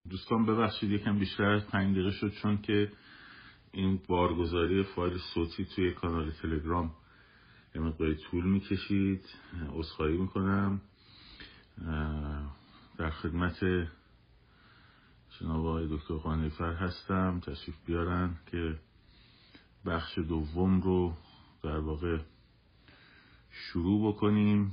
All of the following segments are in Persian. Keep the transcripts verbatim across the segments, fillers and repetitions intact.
دوستان ببخشید یکم بیشتر از پنج دقیقه شد، چون که این بارگذاری فایل صوتی توی کانال تلگرام یه مقداری طول میکشید. عذرخواهی میکنم. در خدمت جناب آقای دکتر قانع‌فر هستم، تشریف بیارن که بخش دوم رو در واقع شروع بکنیم.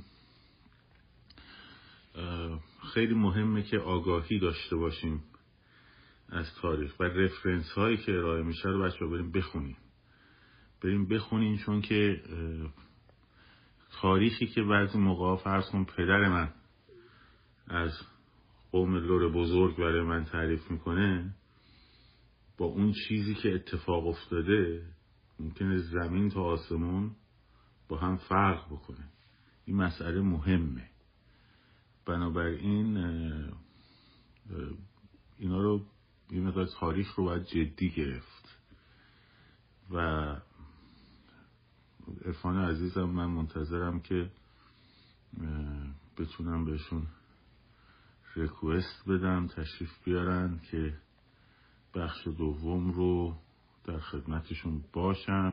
خیلی مهمه که آگاهی داشته باشیم از تاریخ و رفرنس هایی که ارائه میشه رو بچه ها بریم بخونیم بریم بخونیم چون که تاریخی که بعضی موقع فرض کن پدر من از قوم لور بزرگ برای من تعریف میکنه، با اون چیزی که اتفاق افتاده ممکنه زمین تا آسمون با هم فرق بکنه. این مسئله مهمه. بنابراین اینا رو یه مقدار تاریخ رو باید جدی گرفت و عرفان عزیزم من منتظرم که بتونم بهشون ریکوست بدم تشریف بیارن که بخش دوم رو در خدمتشون باشم.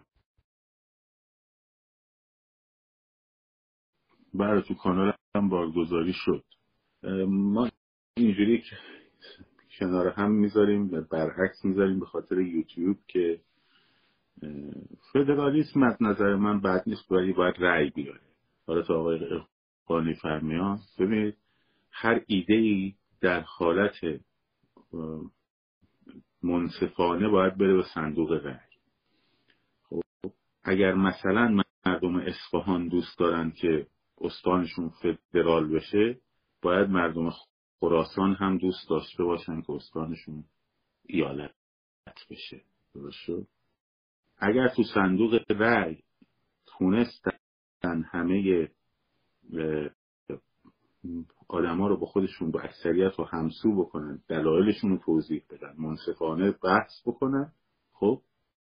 برای تو کانال هم بارگذاری شد. ما اینجوری کنار هم میذاریم و برعکس میذاریم به خاطر یوتیوب که فدرالیسم از نظر من بد نیست، ولی باید رأی بیاره. حالا تا آقای قانع‌فر میان، ببینید هر ایده‌ای در حالت منصفانه باید بره به صندوق رأی. خب اگر مثلا مردم اصفهان دوست دارن که استانشون فدرال بشه، باید مردم خراسان هم دوست داشته باشن که استانشون ایالت بشه. درست شد؟ اگر تو صندوق رأی تونستن همه آدم ها رو با خودشون با اکثریت رو همسو بکنن، دلایلشون رو توضیح بدن، منصفانه بحث بکنن، خب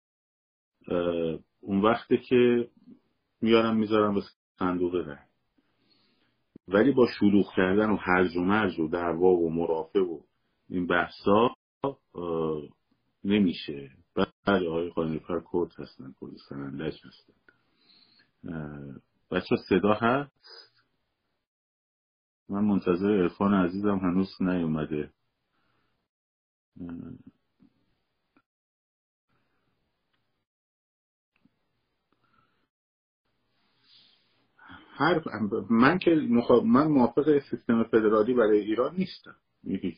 اون وقته که میارن میذارن به صندوق رأی. ولی با شلوغ کردن و هرج و مرج و دعوا و مرافع و این بحثا نمیشه. بله آقای قانع‌فر کرد هستن، کردستان اندج هستن. بچه صدا هست؟ من منتظر عرفان عزیزم هنوز نیومده. هر من که مخ... من موافق سیستم فدرالی برای ایران نیستم. هیچ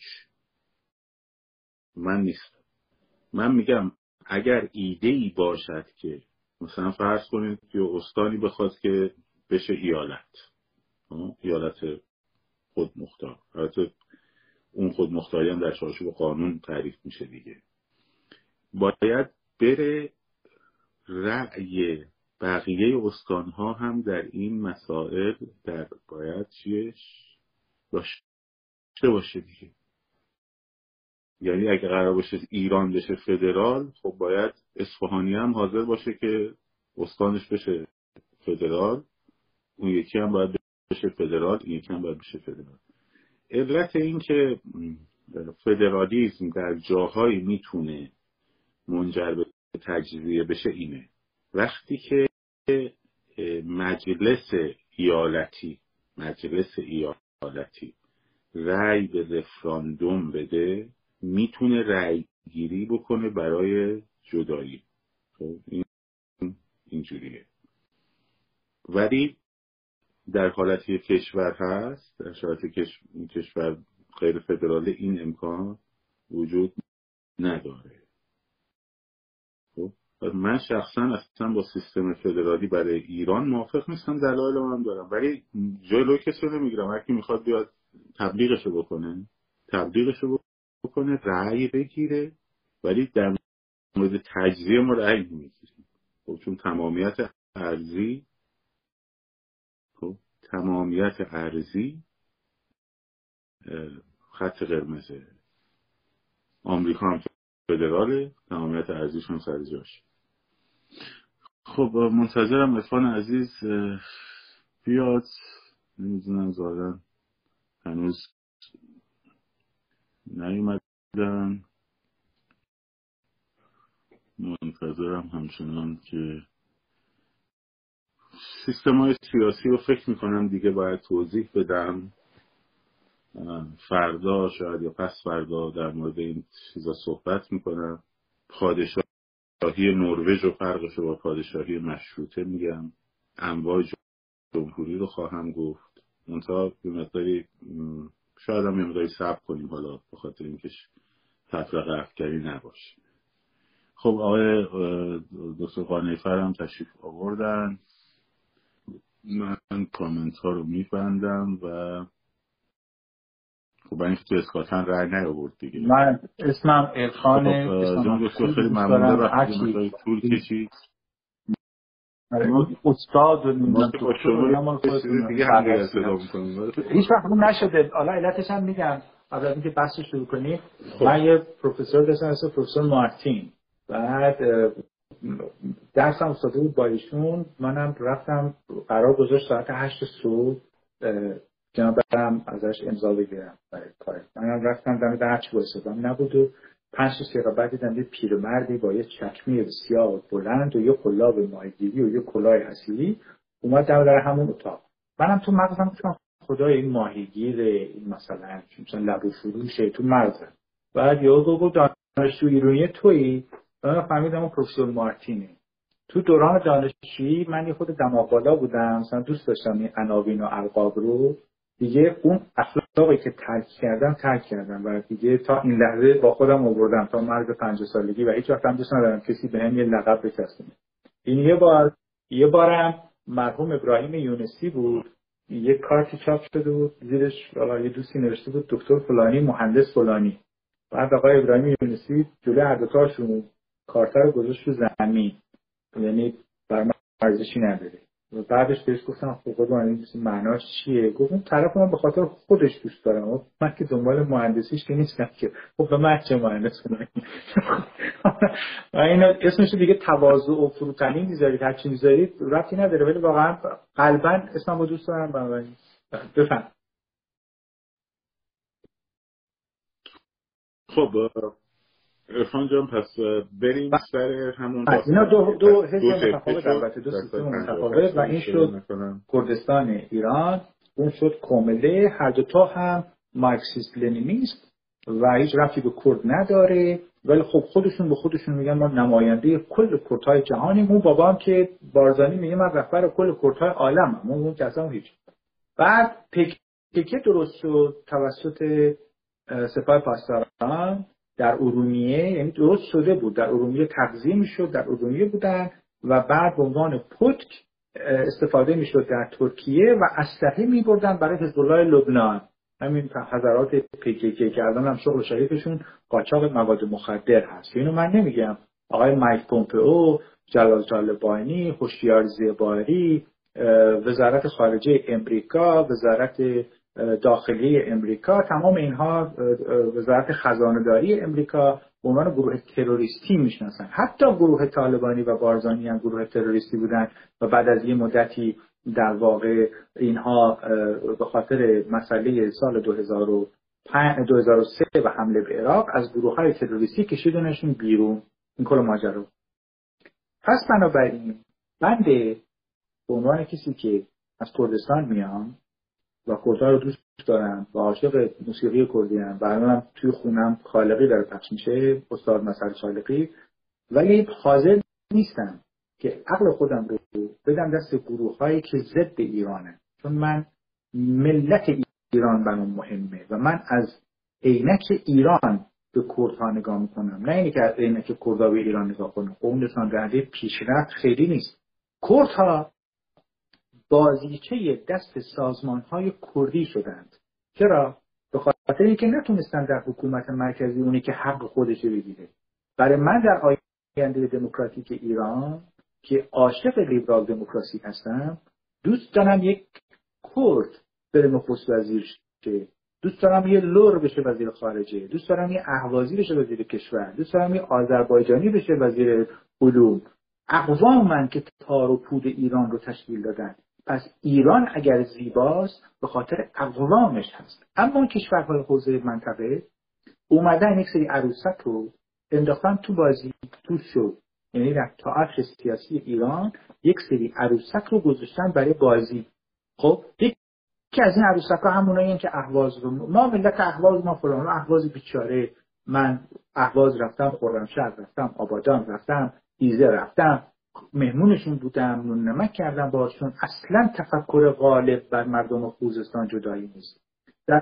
من نیستم. من میگم اگر ایده‌ای باشد که مثلا فرض کنید که استانی بخواد که بشه ایالت، ایالت خودمختار، البته اون خودمختاری هم در چارچوب قانون تعریف میشه دیگه، باید بره رأی بقیه استانها هم در این مسائل در باید چیش داشته باشه دیگه. یعنی اگه قرار باشه ایران بشه فدرال، خب باید اصفهانی هم حاضر باشه که استانش بشه فدرال، اون یکی هم باید بشه فدرال، این یکی هم باید بشه فدرال. علت این که فدرالیسم در جاهایی میتونه منجر به تجزیه بشه اینه: وقتی که مجلس ایالتی مجلس ایالتی رأی به رفراندوم بده، میتونه رأی گیری بکنه برای جدایی. خب این اینجوریه. ولی در حالتی کشور هست، در حالتی کش... کشور غیر فدراله این امکان وجود نداره. خب من شخصا اصلا با سیستم فدرالی برای ایران موافق نیستم، دلایل هم دارم، ولی جلوی کسی رو نمیگیرم. هر کی میخواد بیاد تبلیغشو بکنه تبلیغشو بکنه رأی بگیره، ولی در مورد تجزیه ما رأی نمیگیریم. خب چون تمامیت ارضی خب تمامیت ارضی خط قرمزه. آمریکا هم فدراله، تمامیت ارضیش هم سر جاشه. خب منتظرم عرفان عزیز بیاد. نمیدونم زادن هنوز نیومده منتظرم همچنان که سیستم های سیاسی رو فکر میکنم دیگه باید توضیح بدم. فردا شاید یا پس فردا در مورد این چیزا صحبت میکنم. پادشاهی نروژ و فرقش با پادشاهی مشروطه میگم. انواع جمهوری رو خواهم گفت. منتها به مقداری شاید هم یه مقداری صبر کنیم حالا به خاطر اینکه تفرقه افکاری نباشه. خب آقای دکتر قانع‌فر هم تشریف آوردن. من کامنت ها رو میبندم و خب این تو اسکاتن رای نیاورد دیگه. من اسمم الخانه. خب جان دکتر خیلی ممنون. وقتی طول کشید استاد و ما که با شما دیگه هم دیگه صدا میکنیم. هیچ وقت اون نشده. حالا علتش هم میگم قبل از اینکه بحث شروع کنیم. من یه پروفسور داشتم اسمش پروفسور مارتین. بعد درسم افتاده بود با ایشون. منم رفتم قرار گذاشت ساعت هشت صبح که من برم ازش امضا بگیرم برای کار. منم رفتم دم در هرچی وایسادم نبود و پنج تا دقیقه بعد دیدم یه پیرمردی با یه چکمه سیاه بلند و یه قلاب ماهیگیری و یه کلاه حصیری اومد دم در همون اتاق. منم تو مغزم گفتم خدای این ماهیگیر این مثلا مثلا لبو فروشه تو مغزم. بعد یهو گفت دانشجو ایرانی تویی؟ من فهمیدم اون پروفسور مارتینه. تو دوران دانشجویی من یه خود دماغ بالا بودم، مثلا دوست داشتم این عناوین و القاب رو. دیگه اون اخلاقی که ترک کردم ترک کردم و دیگه تا این لحظه با خودم آوردم تا مرز پنجاه سالگی و هیچ وقت هم دوست ندارم کسی بهم یه لقب بچسبونه. این یه بار یه بارم مرحوم ابراهیم یونسی بود، یه کارتی چاپ شده بود زیرش والا یه دوستی نوشته بود دکتر فلانی مهندس فلانی. بعد آقای ابراهیم یونسی جلوی هر دو تاشون کارت رو گذاشت رو زمین، یعنی بر من ارزشی نداره. و بعدش بهش گفتم خب خود من این معناش چیه؟ گفتم طرف من به خاطر خودش دوست دارم، من که دنبال مهندسیش که نیستم که. خب به من چه مهندس کنم؟ و اینا اسمش دیگه تواضع و فروتنی میذارید، هر چی میذارید ربطی نداره، ولی واقعا قلبا اسممو دوست دارم. بنابراین بفهم. خب عرفان جان پس بریم سر همون اینا دو دو حزب متفاوت، البته دو سیستم متفاوت و این شد کردستان ایران، اون شد کومله. هر دو تا هم مارکسیست لنینیست و هیچ ربطی به کرد نداره، ولی خب خودشون به خودشون میگن ما نماینده کل کردهای جهانیم. اون بابا هم که بارزانی میگه من رهبر کل کردهای عالمم، اون که اصلا هیچ. بعد پکیکه درست شد توسط سپاه پاسداران در ارومیه، یعنی درست شده بود در ارومیه، تغذیه میشد در ارومیه بودن و بعد به عنوان پتک استفاده میشد در ترکیه و اسلحه میبردن برای حزب الله لبنان. همین حضرات پیکیکی که الان هم شغل شریفشون قاچاق مواد مخدر هست. اینو من نمیگم، آقای مایک پومپئو، جلال طالبانی، هوشیار زیباری، وزارت خارجه امریکا، وزارت داخلی امریکا، تمام اینها وزارت خزانه‌داری امریکا به عنوان گروه تروریستی میشناسن. حتی گروه طالبانی و بارزانی هم گروه تروریستی بودن و بعد از یه مدتی در واقع اینها به خاطر مسئله سال دو هزار و سه و حمله به عراق از گروه‌های تروریستی کشیدنشون بیرون. این کل ماجرا. پس بنابراین بنده به عنوان کسی که از کردستان میام و کردها رو دوست دارم و عاشق موسیقی کردی ام و الانم توی خونم خالقی داره پخش میشه، استاد مسعود خالقی، ولی حاضر نیستم که عقل خودم رو بدم دست گروه‌هایی که ضد ایرانه، چون من ملت ایران برام مهمه و من از عینک ایران به کردها نگاه میکنم، نه اینکه از عینک کردها به ایران نگاه کنم. اون نشان دهنده پیشرفت خیلی نیست. کردها بازیچه دست سازمان‌های کردی شدند. چرا؟ به خاطر اینکه نتونستن در حکومت مرکزی اونی که حق خودش بگیره. برای من در آینده دموکراتیک ایران که عاشق لیبرال دموکراسی هستم، دوست دارم یک کرد بره نخست وزیر شه، دوست دارم یه لور بشه وزیر خارجه، دوست دارم یه اهوازی بشه وزیر کشور، دوست دارم یه آذربایجانی بشه وزیر علوم. اقوامن که تار و پود ایران رو تشکیل دادن. پس ایران اگر زیباست به خاطر اقوامش هست. اما کشورهای حوزه منطقه اومدن یک سری عروسک رو انداختن تو بازی، تو شو، یعنی در تئاتر سیاسی ایران یک سری عروسک رو گذاشتن برای بازی. خب یکی از این عروسک ها همونایی که اهواز رو ما ملت اهواز ما فلان اهواز بیچاره، من اهواز رفتم، خرمشهر رفتم، آبادان رفتم، ایزه رفتم، مهمونشون بودم، نون نمک کردم باشون. اصلا تفکر غالب بر مردم خوزستان جدایی نیست. در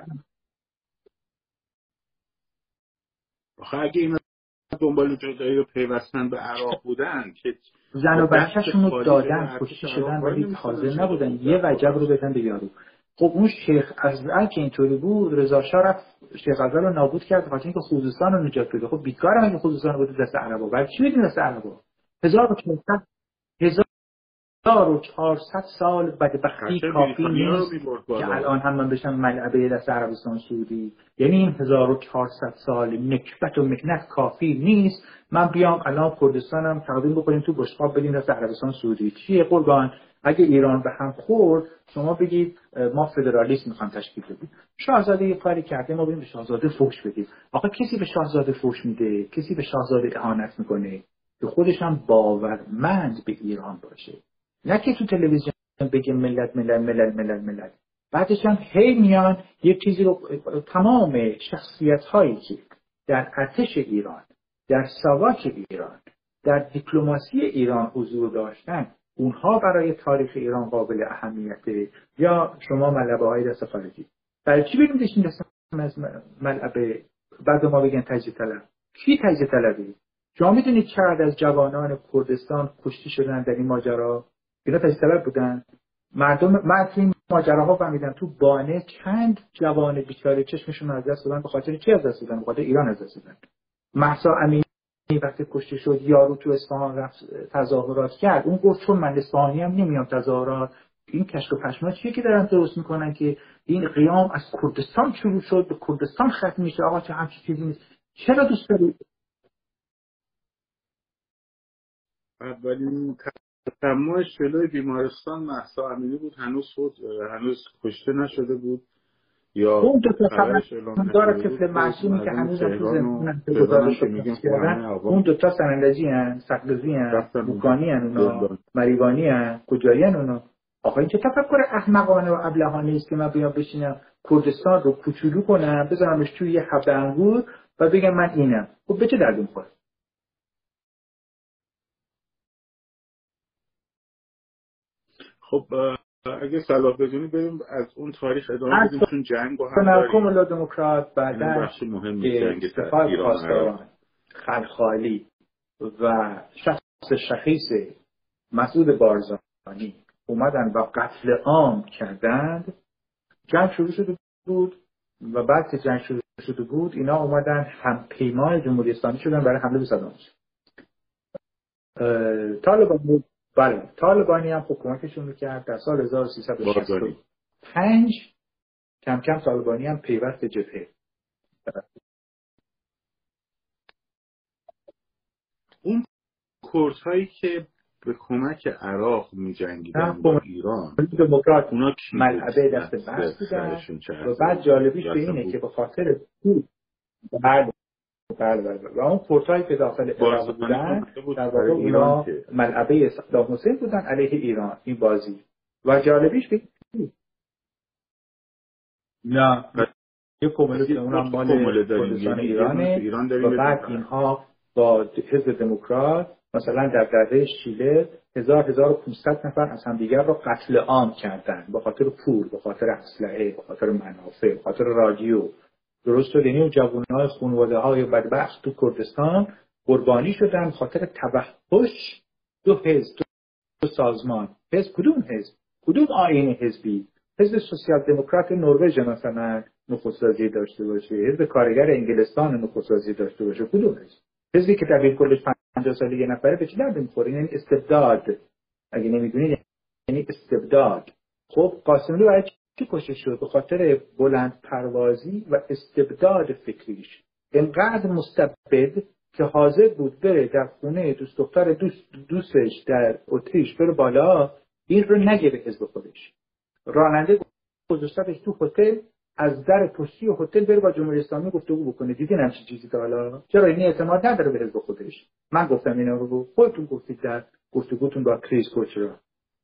آخه اگه اینا دنبال جدایی رو پیوستن به عراق بودن که زن و بچه‌شون رو دادن، کشته شدن، ولی حاضر نبودن یه وجب رو بدن به یارو. خب اون شیخ ازرق که اینطوری بود، رضا شاه رفت شیخ ازرق رو نابود کرد خاطر اینکه خوزستان رو نجات بده. خب بیکاره مگه خوزستان رو بده دست عربا؟ برای چی بدین دست عربا؟ هزار و چهارصد هزار و چهارصد سال بدبختی کافی نیست که الان هم من بشم ملعبه دست عربستان سعودی. یعنی این هزار و چهارصد سال نکبت و مکنت کافی نیست من بیام الان کردستانم تقدیم بکنیم تو بشقاب بدیم دست عربستان سعودی. چیه قربان؟ اگه ایران به هم خورد شما بگید ما فدرالیسم میخوام تشکیل بدیم. شاهزاده یه کاری کرده ما بریم به شاهزاده فحش بدیم. آقا کسی به شاهزاده فحش میده؟ کسی به شاهزاده اهانت میکنه؟ که خودش هم باورمند به ایران باشه، نه که تو تلویزیون بگه ملت ملت ملت ملت ملت. بعدش هم هی میان یک چیزی رو، تمام شخصیت هایی که در ارتش ایران، در ساواک ایران، در دیپلماسی ایران حضور داشتن، اونها برای تاریخ ایران قابل اهمیته. یا شما ملعبه های دست خارجی، برای چی بریم داشتیم دست ملعبه بعد ما بگن تجزیه طلب؟ کی تجزیه طلبی؟ شما میدونید چقدر از جوانان کردستان کشته شدن در این ماجرا؟ اینا تجزیه طلب بودن؟ مردم من تو این ماجراها فهمیدم تو بانه چند جوان بیچاره چشمشون از دست دادن. به خاطر چی از دست دادن؟ به خاطر ایران از دست دادن. مهسا امینی وقتی کشته شد یارو تو اصفهان رفت تظاهرات کرد، اون گفت چون من اصفهانی هم نمیام تظاهرات. این کشک و پشما چیه که دارن درست میکنن که این قیام از کردستان شروع شد به کردستان ختم میشه؟ آقا چه همچین چیزی نیست. چرا دوست دارید؟ اولین تجمعش جلوی بیمارستان مهسا امینی بود، هنوز خود هنوز کشته نشده بود. یا اون دو تا خبرنگار طفل معصومی که هنوز هم تو زندان گزارش کردن، اون دو تا سنندجی ان، سقلزی ان، بوکانی ان، اونا مریوانی ان، کجایی ان اونا؟ آخه این چه تفکر احمقانه و ابلهانه است که من بیام بشینم کردستان رو کوچولو کنم بذارمش توی یه حب انگور و بگم من اینم. خب به چه درد می‌خوره؟ خب اگه صلاح بدونی بریم از اون تاریخ ادامه بدیم، چون جنگ و هم داریم. کمالا دموکرات بعداً بخش مهمی جنگ ایران خلخالی و شخص شخیص مسعود بارزانی اومدن و قتل عام کردند. جنگ شروع شده بود و بعد که جنگ شروع شده بود اینا اومدن هم پیمان جمهوری اسلامی شدن برای حمله به صدام حسین. طالبان بود. بله طالبانی هم حکومتشون میکرد در سال هزار و سیصد و شصت و پنج. کم کم طالبانی هم پیوست جبهه. اون کردهایی که به کمک عراق می‌جنگیدن با ایران، دموکرات اونا ملعبه دست بست بودن و بعد جالبیش به اینه که به خاطر بله بله بله و اون کردهایی که داخل عراق بودن در واقع اونا ملعبه صدام حسین بودن علیه ایران. این بازی و جالبیش به نه یه کمله که اونم مال کردستان ایرانه و بعد اینها با حزب دموکرات مثلا در دره شیله هزار هزار و پانصد نفر از همدیگر رو قتل عام کردن به خاطر پول، به خاطر اسلحه، به خاطر منافع، به خاطر رادیو. درست شد؟ یعنی اون جوانای خانواده‌های بدبخت تو کردستان قربانی شدن خاطر توحش دو حزب، دو سازمان. حزب کدوم حزب؟ کدوم آیین حزبی؟ حزب سوسیال دموکرات نروژ مثلا نخست‌وزیر داشته باشه، حزب کارگر انگلستان نخست‌وزیر داشته باشه، کدوم حزب؟ حزبی که دبیر کلش پنجاه ساله یه نفره به چه درد می‌خوره؟ یعنی استبداد. اگه نمی‌دونید یعنی استبداد. خب قاسمی برای چی کشته شد؟ به خاطر بلند پروازی و استبداد فکریش. اینقدر مستبد که حاضر بود بره در خونه دوست دختر دوست دوستش در اتریش بره بالا، این رو نگه به حزب خودش. راننده گذاشتش تو هتل از در پشتی هتل بره با جمهوری اسلامی گفتگو بکنه. دیدین همچین چیزی تا حالا؟ چرا این اعتماد نداره به حزب خودش؟ من گفتم اینا رو، خودتون گفتید در گفتگوتون با کریس کوچرا.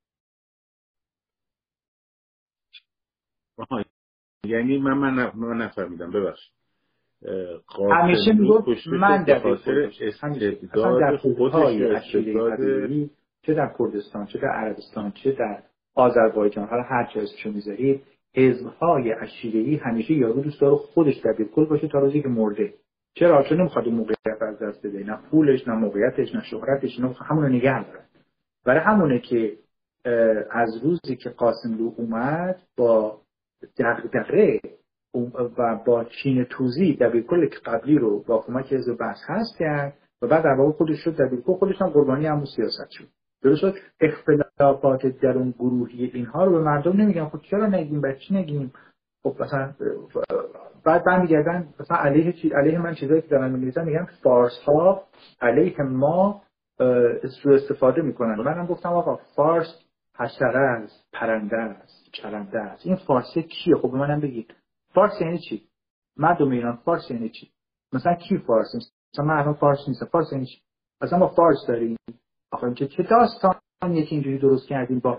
یعنی من من, من نفهمیدم، ببخشید. همیشه میگفت من در خاطر استعداد خودهای عشیره‌ای، چه در کردستان، چه در عربستان، چه در آذربایجان، حالا هر جا اسمشو میذارید، حزب‌های عشیره‌ای همیشه یارو دوست داره خودش دبیرکل باشه تا روزی که مرده. چرا؟ چون نمیخواد موقعیت از دست بده، نه پولش، نه موقعیتش، نه شهرتش، نه همون رو نگه داره. برای همونه که از روزی که قاسملو اومد با دغدغه و با چین توزیع دبیرکل قبلی رو با کمک حزب بعث هست کرد و بعد در واقع خودش شد دبیرکل، خودش هم قربانی همون سیاست شد. درست اختلافات درون گروهی اینها رو به مردم نمیگن. خب چرا نگیم؟ برای چی نگیم؟ خب مثلا بعد برمیگردن مثلا علیه چی علیه من چیزایی که دارن می‌نویسن میگن فارس ها علیه ما سوء استفاده میکنن. منم گفتم آقا فارس حشره است، پرنده است، چرنده است. این فارسی کیه؟ خب به منم بگید. فارس یعنی چی؟ مردم ایران فارس یعنی چی؟ مثلا کی فارس؟ مثلا من الان فارس نیستم. فارس یعنی چی؟ مثلا ما فارس داریم. آخه چه چه داستان یکی اینجوری درست کردیم با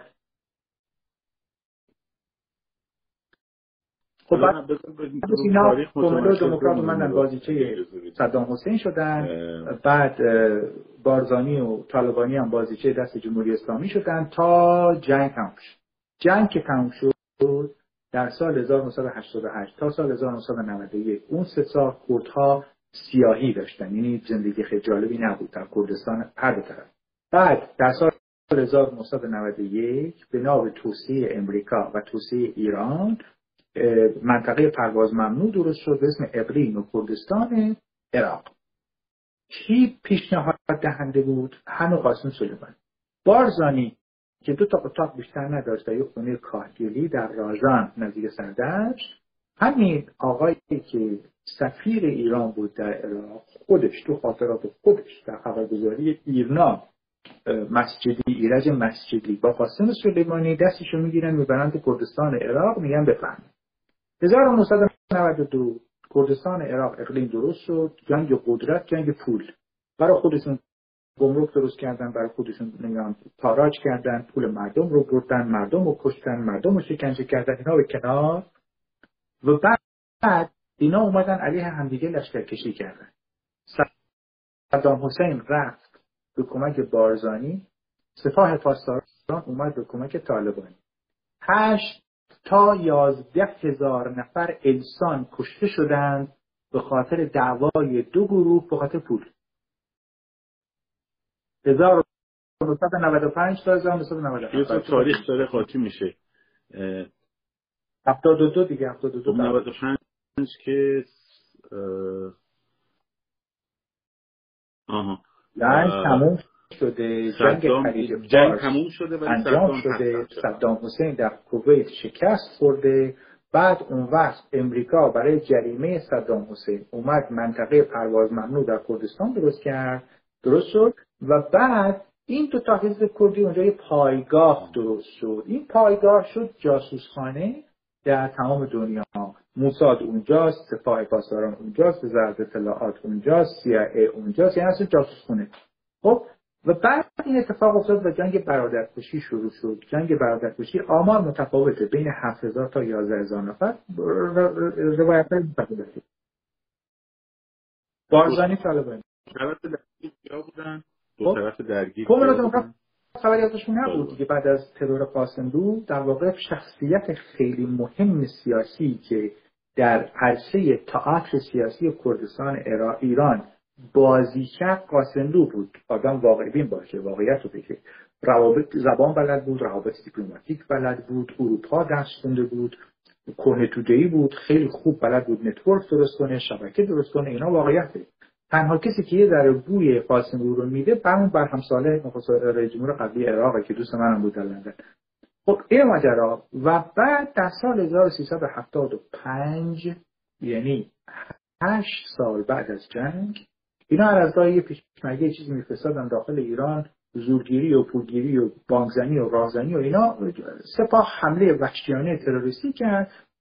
خب بعد اینا کمونیست و دموکرات اومدن بازیچه صدام حسین شدن، بعد بارزانی و طالبانی هم بازیچه دست جمهوری اسلامی شدن تا جنگ تموم شد. جنگ که تموم شد در سال هزار و نهصد و هشتاد و هشت تا سال هزار و نهصد و نود و یک اون سه سال کردها سیاهی داشتن، یعنی زندگی خیلی جالبی نبود در کردستان هر دو طرف. بعد در سال هزار و نهصد و نود و یک به نام توسعه امریکا و توسعه ایران منطقه پرواز ممنوع درست شد به اسم اقلیم و کردستان عراق. کی پیشنهاد دهنده بود؟ همون قاسم سلیمانی. بارزانی که دو تا اتاق بیشتر نداشت در یک خونه کاهگلی در راژان نزدیک سردشت، همین آقایی که سفیر ایران بود در عراق خودش تو خاطرات خودش در خبرگزاری ایرنا مسجدی ایرج مسجدی با قاسم سلیمانی دستشو میگیرن میبرن تو کردستان عراق، میگن بفهم. هزار و نهصد و نود و دو کردستان عراق اقلیم درست شد، جنگ قدرت، جنگ پول. برای خودشون گمرک درست کردن، برای خودشون نمیدونم تاراج کردن، پول مردم رو بردن، مردم رو کشتن، مردم رو شکنجه کردن، اینا به کنار. و بعد اینا اومدن علیه همدیگه لشکرکشی کردن. صدام حسین رفت به کمک بارزانی، سپاه پاسداران اومد به کمک طالبانی. هشت تا یازده هزار نفر انسان کشته شدند به خاطر دعوای دو گروه به خاطر پول. هزار و نهصد و نود و پنج تا هزار و نهصد و نود و هفت یه تاریخ داره خاطی میشه. هفتاد و دو دیگه هفتاد و دو نود و پنج که آها جنگ تموم شده، جنگ خلیج جنگ تموم شده ولی انجام شده. صدام حسین در کویت شکست خورده. بعد اون وقت امریکا برای جریمه صدام حسین اومد منطقه پرواز ممنوع در کردستان درست کرد، درست شد. و بعد این دو تا حزب کردی اونجا یه پایگاه درست شد. این پایگاه شد جاسوسخانه در تمام دنیا. موساد اونجاست، سپاه پاسداران اونجاست، وزارت اطلاعات اونجاست، سی آی ای اونجاست، یعنی اصلا جاسوسخونه. خب و بعد این اتفاق افتاد و جنگ برادرکشی شروع شد. جنگ برادرکشی آمار متفاوته، بین هفت هزار تا یازده هزار نفر روایت متفاوته. بارزانی طالبانی طرف درگیر کیا بودن؟ دو طرف درگیر کمونیست دموکرات خبری ازشون نبود دیگه. بعد از ترور قاسملو در واقع شخصیت خیلی مهم سیاسی که در عرصه تئاتر سیاسی کردستان ایران بازی کرد قاسملو بود. آدم واقعی بین باشه، واقعیت رو بگه. روابط زبان بلد بود، روابط دیپلماتیک بلد بود، اروپا درس خونده بود، کهنه توده‌ای بود، خیلی خوب بلد بود نتورک درست کنه، شبکه درست کنه. اینا واقعیته. تنها کسی که یه ذره بوی قاسملو رو میده برام بر همساله نخست رئیس جمهور قبلی عراق که دوست منم بود در لندن. خب این ماجرا. و بعد در سال هزار و سیصد و هفتاد و پنج یعنی هشت سال بعد از جنگ اینا هر از گاهی پیشمرگه چیزی میفرستادن داخل ایران، زورگیری و پولگیری و بانکزنی و راهزنی و اینا. سپاه حمله وحشیانه تروریستی کرد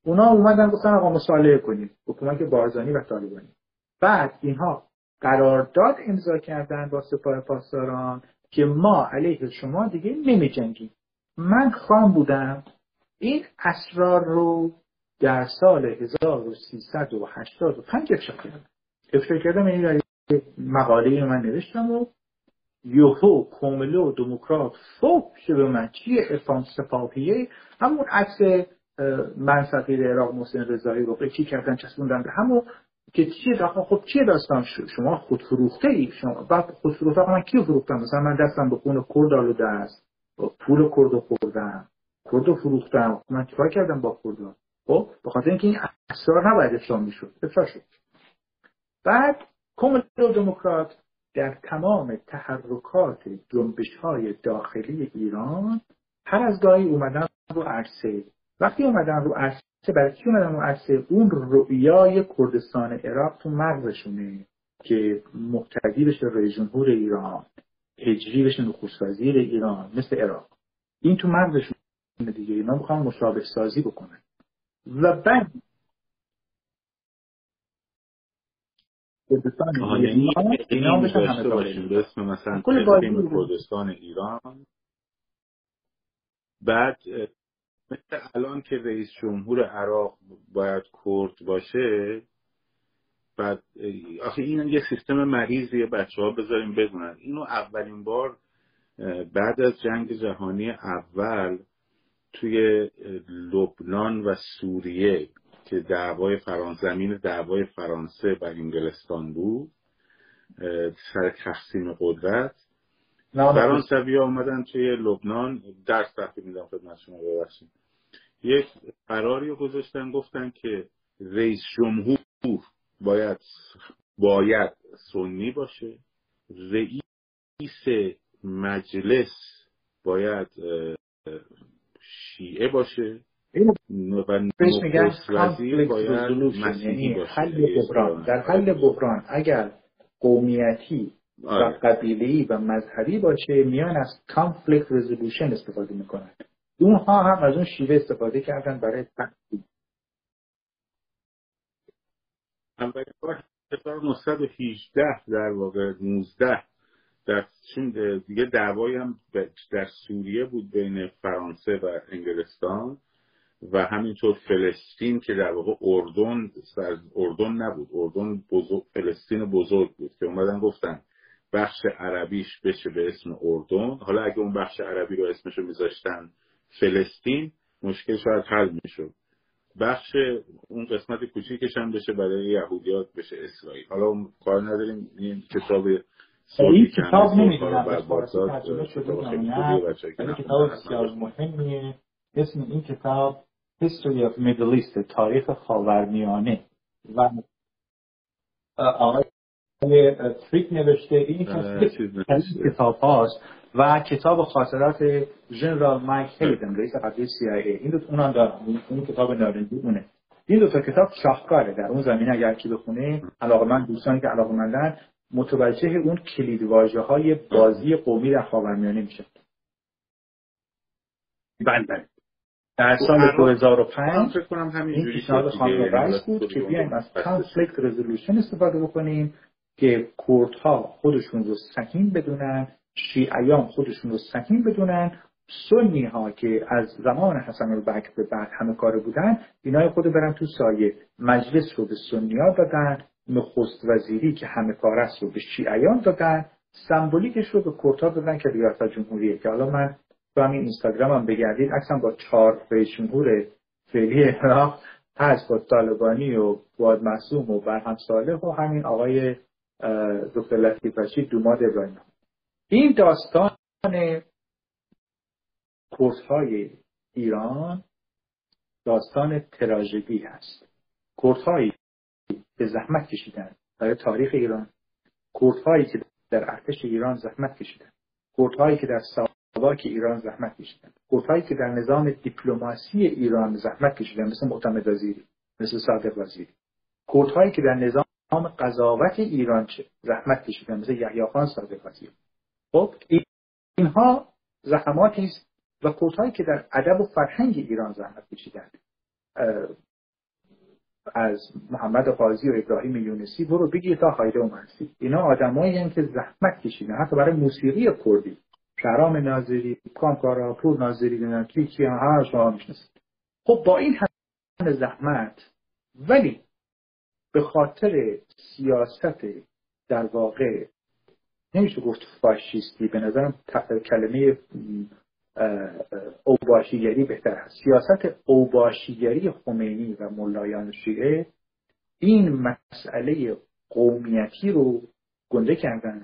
اونا اومدن گفتن آقا مصالحه کنیم، حکومت بارزانی و طالبانی. بعد اینها قرارداد امضا کردن با سپاه پاسداران که ما علیه شما دیگه نمی‌جنگیم. من خان بودم این اسرار رو در سال هزار و سیصد و هشتاد و پنج افشا کردم. افشا کردم یعنی در مقاله من نوشتم و یوهو کومله و دموکرات فوق به من چیه افام سپاهیه، همون عکس من سفیر عراق محسن رضایی رو چی کردن چسبوندن به همون که چیه داخل. خب چیه داستان شما خود فروخته ای؟ شما بعد خود فروخته من کیو فروختم؟ مثلا من دستم به خون کرد آلوده است، پول کرد خوردم، کرد فروختم، من چیکار کردم با کردها؟ خب به خاطر اینکه این اسرار نباید افشا میشد، افشا شد. بعد کومله و دموکرات در تمام تحرکات جنبش‌های داخلی ایران هر از گاهی اومدن رو عرصه. وقتی اومدن رو عرصه برای چی اومدن رو عرصه؟ اون رؤیای کردستان عراق تو مغزشونه که مقتدی بشه رئیس جمهور ایران، اجری بشه نخست وزیر ایران مثل عراق. این تو مغزشونه دیگه، اینا میخوان مشابه سازی بکنن. و بعد کردستان ایران اینا بشن همه باشیم به اسم مثلا تقسیم کردستان ایران. بعد مثل الان که رئیس جمهور عراق باید کرد باشه، بعد آخه این یه سیستم مریضیه، بچه ها بذاریم بدونن اینو. اولین بار بعد از جنگ جهانی اول توی لبنان و سوریه که دعوای فرانسه زمین دعوای فرانسه و انگلستان بود سر تقسیم قدرت، فرانسوی ها اومدن توی لبنان، درس تحقیق میدم خدمت شما ببخشید، یک قراری رو گذاشتن، گفتن که رئیس جمهور باید باید سنی باشه، رئیس مجلس باید شیعه باشه و نخست وزیر باید مسیحی باشه. حل بحران. در حل بحران اگر قومیتی و قبیله‌ای و مذهبی باشه میان از کانفلیکت رزولوشن استفاده میکنن. اونها هم از اون شیوه استفاده کردن برای تحقیق. اولین بار هزار و نهصد و هجده در واقع نوزده در چون دیگه دعوایی هم در سوریه بود بین فرانسه و انگلستان و همینطور فلسطین که در واقع اردن اردن نبود، اردن بزرگ، فلسطین بزرگ بود که اومدن گفتن بخش عربیش بشه به اسم اردن. حالا اگه اون بخش عربی رو اسمشو میذاشتن فلسطین مشکل شاید حل میشد، بخش اون قسمت کوچیکش هم بشه برای یهودیات بشه اسرائیل. حالا اون کار نداریم. این کتاب این کتاب نمیدونم به فارسی ترجمه شده یا نه، ولی کتاب بسیار مهمیه. اسم این کتاب History of Middle East، تاریخ خاورمیانه، و آقای تریک نوشته. این کتاب هاست و کتاب خاطرات ژنرال مایک هیدن رئیس قبلی سی آی ای. این دو تا اونم دارم، این کتاب نارنجی اونه. این دو تا کتاب شاهکاره در اون زمینه. اگر کی بخونه، علاقه‌مند دوستانی که علاقه‌مندن متوجه اون کلیدواژه‌های بازی قومی در خاورمیانه میشه. بله بله. در سال دو هزار و پنج فکر کنم این پیشنهاد خانم رئیس بود که بیایم از کانفلیکت رزولوشن استفاده بکنیم که کردها خودشون رو سهیم بدونن، شیعیان خودشون رو سهیم بدونن، سنی ها که از زمان حسن البکر به بعد همه کاره بودن اینای خود برن تو سایه. مجلس رو به سنی‌ها دادن، نخست وزیری که همه کاره است رو به شیعیان دادن، سمبولیکش رو به کردها دادن که ریاست جمهوریه. که حالا من تو همین اینستاگرام هم بگردید عکسم با چهار رئیس جمهور فعلی عراق هست، با طالبانی و فؤاد معصوم و برهم صالح و همین آقای دکتر لطیف رشید دوماد ابراهیم. این داستان کردهای ایران داستان تراژدی هست. کردهایی که زحمت کشیدن برای تاریخ ایران، کردهایی که در ارتش ایران زحمت کشیدن، کردهایی که در ساواک ایران زحمت کشیدن، کردهایی که در نظام دیپلماسی ایران زحمت کشیدن مثل معتمد وزیری، مثل صادق وزیری، کردهایی که در نظام قضاوت ایران زحمت کشیدن مثل یحیی خان صادق وزیری. خب اینها زحماتی است. و کردهایی که در ادب و فرهنگ ایران زحمت کشیدن، از محمد قاضی و ابراهیم یونسی برو بگیر تا هایده و منسی. اینا آدمایی هستند که زحمت کشیدن حتی برای موسیقی کردی. شهرام ناظری، کامکارا، پور ناظری، نمیدونم کی کی ها شما میشناسید. خب با این همه زحمت ولی به خاطر سیاست در واقع نمیشه گفت فاشیستی، به نظرم کلمه اوباشیگری بهتر هست. سیاست اوباشیگری خمینی و ملایان شیعه این مسئله قومیتی رو گنده کردن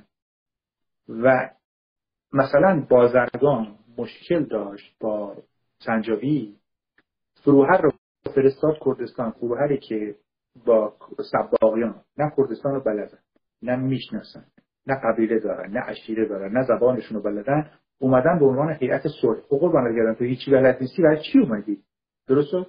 و مثلا بازرگان مشکل داشت با سنجابی، فروهر رو فرستاد کردستان. فروهری که با سباقیان نه کردستان رو بلدن، نه میشناسن، نه قبیله دارن، نه عشیره دارن، نه زبانشون رو بلدن، اومدن به عنوان هیئت صلح. حقوق بندگردن تو هیچی بلد نیستی برای چی اومدی؟ درسته؟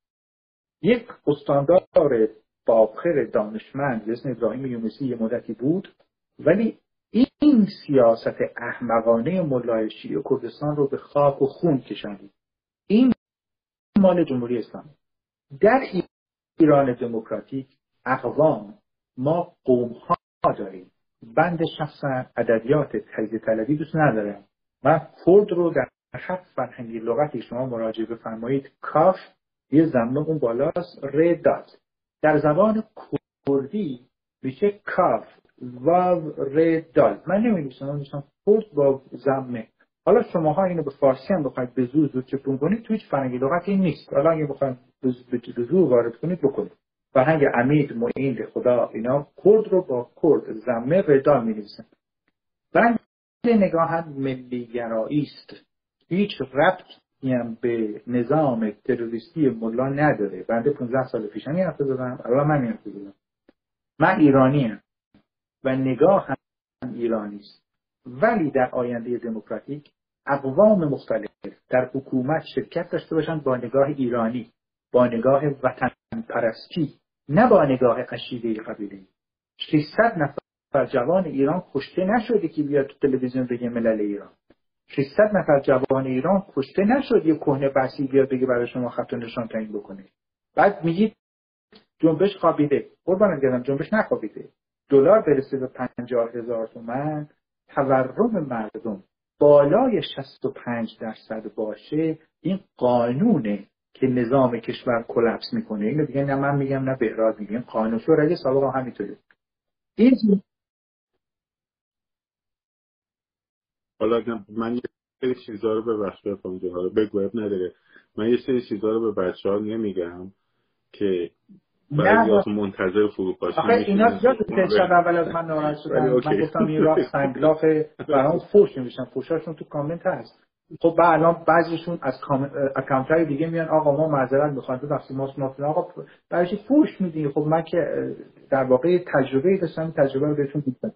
یک استاندار باخر دانشمند به اسم ابراهیم یونسی یه مدتی بود، ولی این سیاست احمقانه ملای شیعه کردستان رو به خاک و خون کشاندید. این مال جمهوری اسلامی. در ایران دموکراتیک اقوام ما قوم ها داریم. بند شخصا ادبیات تجزیه طلبی دوست ندارم. من کرد رو در حق فرهنگی لغتی شما مراجعه بفرمایید کاف یه زمه اون بالاست ر دات. در زبان کردی میشه کاف واو ر دال. من نمی‌دونم من میشم کرد با زمه. حالا شماها اینو به فارسی هم بخواید به زور زور چپون کنید تو هیچ فرهنگی لغتی نیست. حالا اگه بخواید به زور وارد کنید بکنید. فرهنگ عمید معین خدا اینا کرد رو با کرد زمه ردا می‌نویسن. بند نگاه ملی گرایی است. هیچ ربطی هم به نظام تروریستی ملا نداره. بنده پانزده سال پیش همین حرف زدم. الان من میگم زدم. من ایرانیم و نگاه هم ایرانی است. ولی در آینده دموکراتیک اقوام مختلف در حکومت شرکت داشته باشند با نگاه ایرانی، با نگاه وطن پرستی، نه با نگاه عشیره قبیله‌ای. ششصد نفر جوان ایران کشته نشده که بیاد تو تلویزیون بگه ملل ایران. ششصد نفر جوان ایران کشته نشد یه کهنه بسی بیاد بگه برای شما خط و نشان تعیین بکنه. بعد میگید جنبش خوابیده. قربانت گردم جنبش نخوابیده. دلار برسه به پنجاه هزار تومان، تورم مردم بالای شصت و پنج درصد باشه، این قانونه که نظام کشور کلاپس میکنه. اینو دیگه نه من میگم نه بهراد میگم، قانون شورای سابق هم همینطوره. این حالا من یه سری چیزا رو به بخش بفهم جو حالا بگو اب نداره. من یه سری چیزا رو به بچه‌ها نمیگم که بعضیاتون منتظر فروپاشی میشن. آخه اینا یادت شب اول از من ناراحت شدن. من گفتم این راه سنگلاف برام فوش نمیشن. فوشاشون تو کامنت هست. خب بعد الان بعضیشون از اکانت‌های دیگه میان آقا ما معذرت می‌خوایم تو وقتی ما سنافتون آقا برای چی فوش میدین؟ خب من که در واقع تجربه داشتم، تجربه رو بهتون میگم.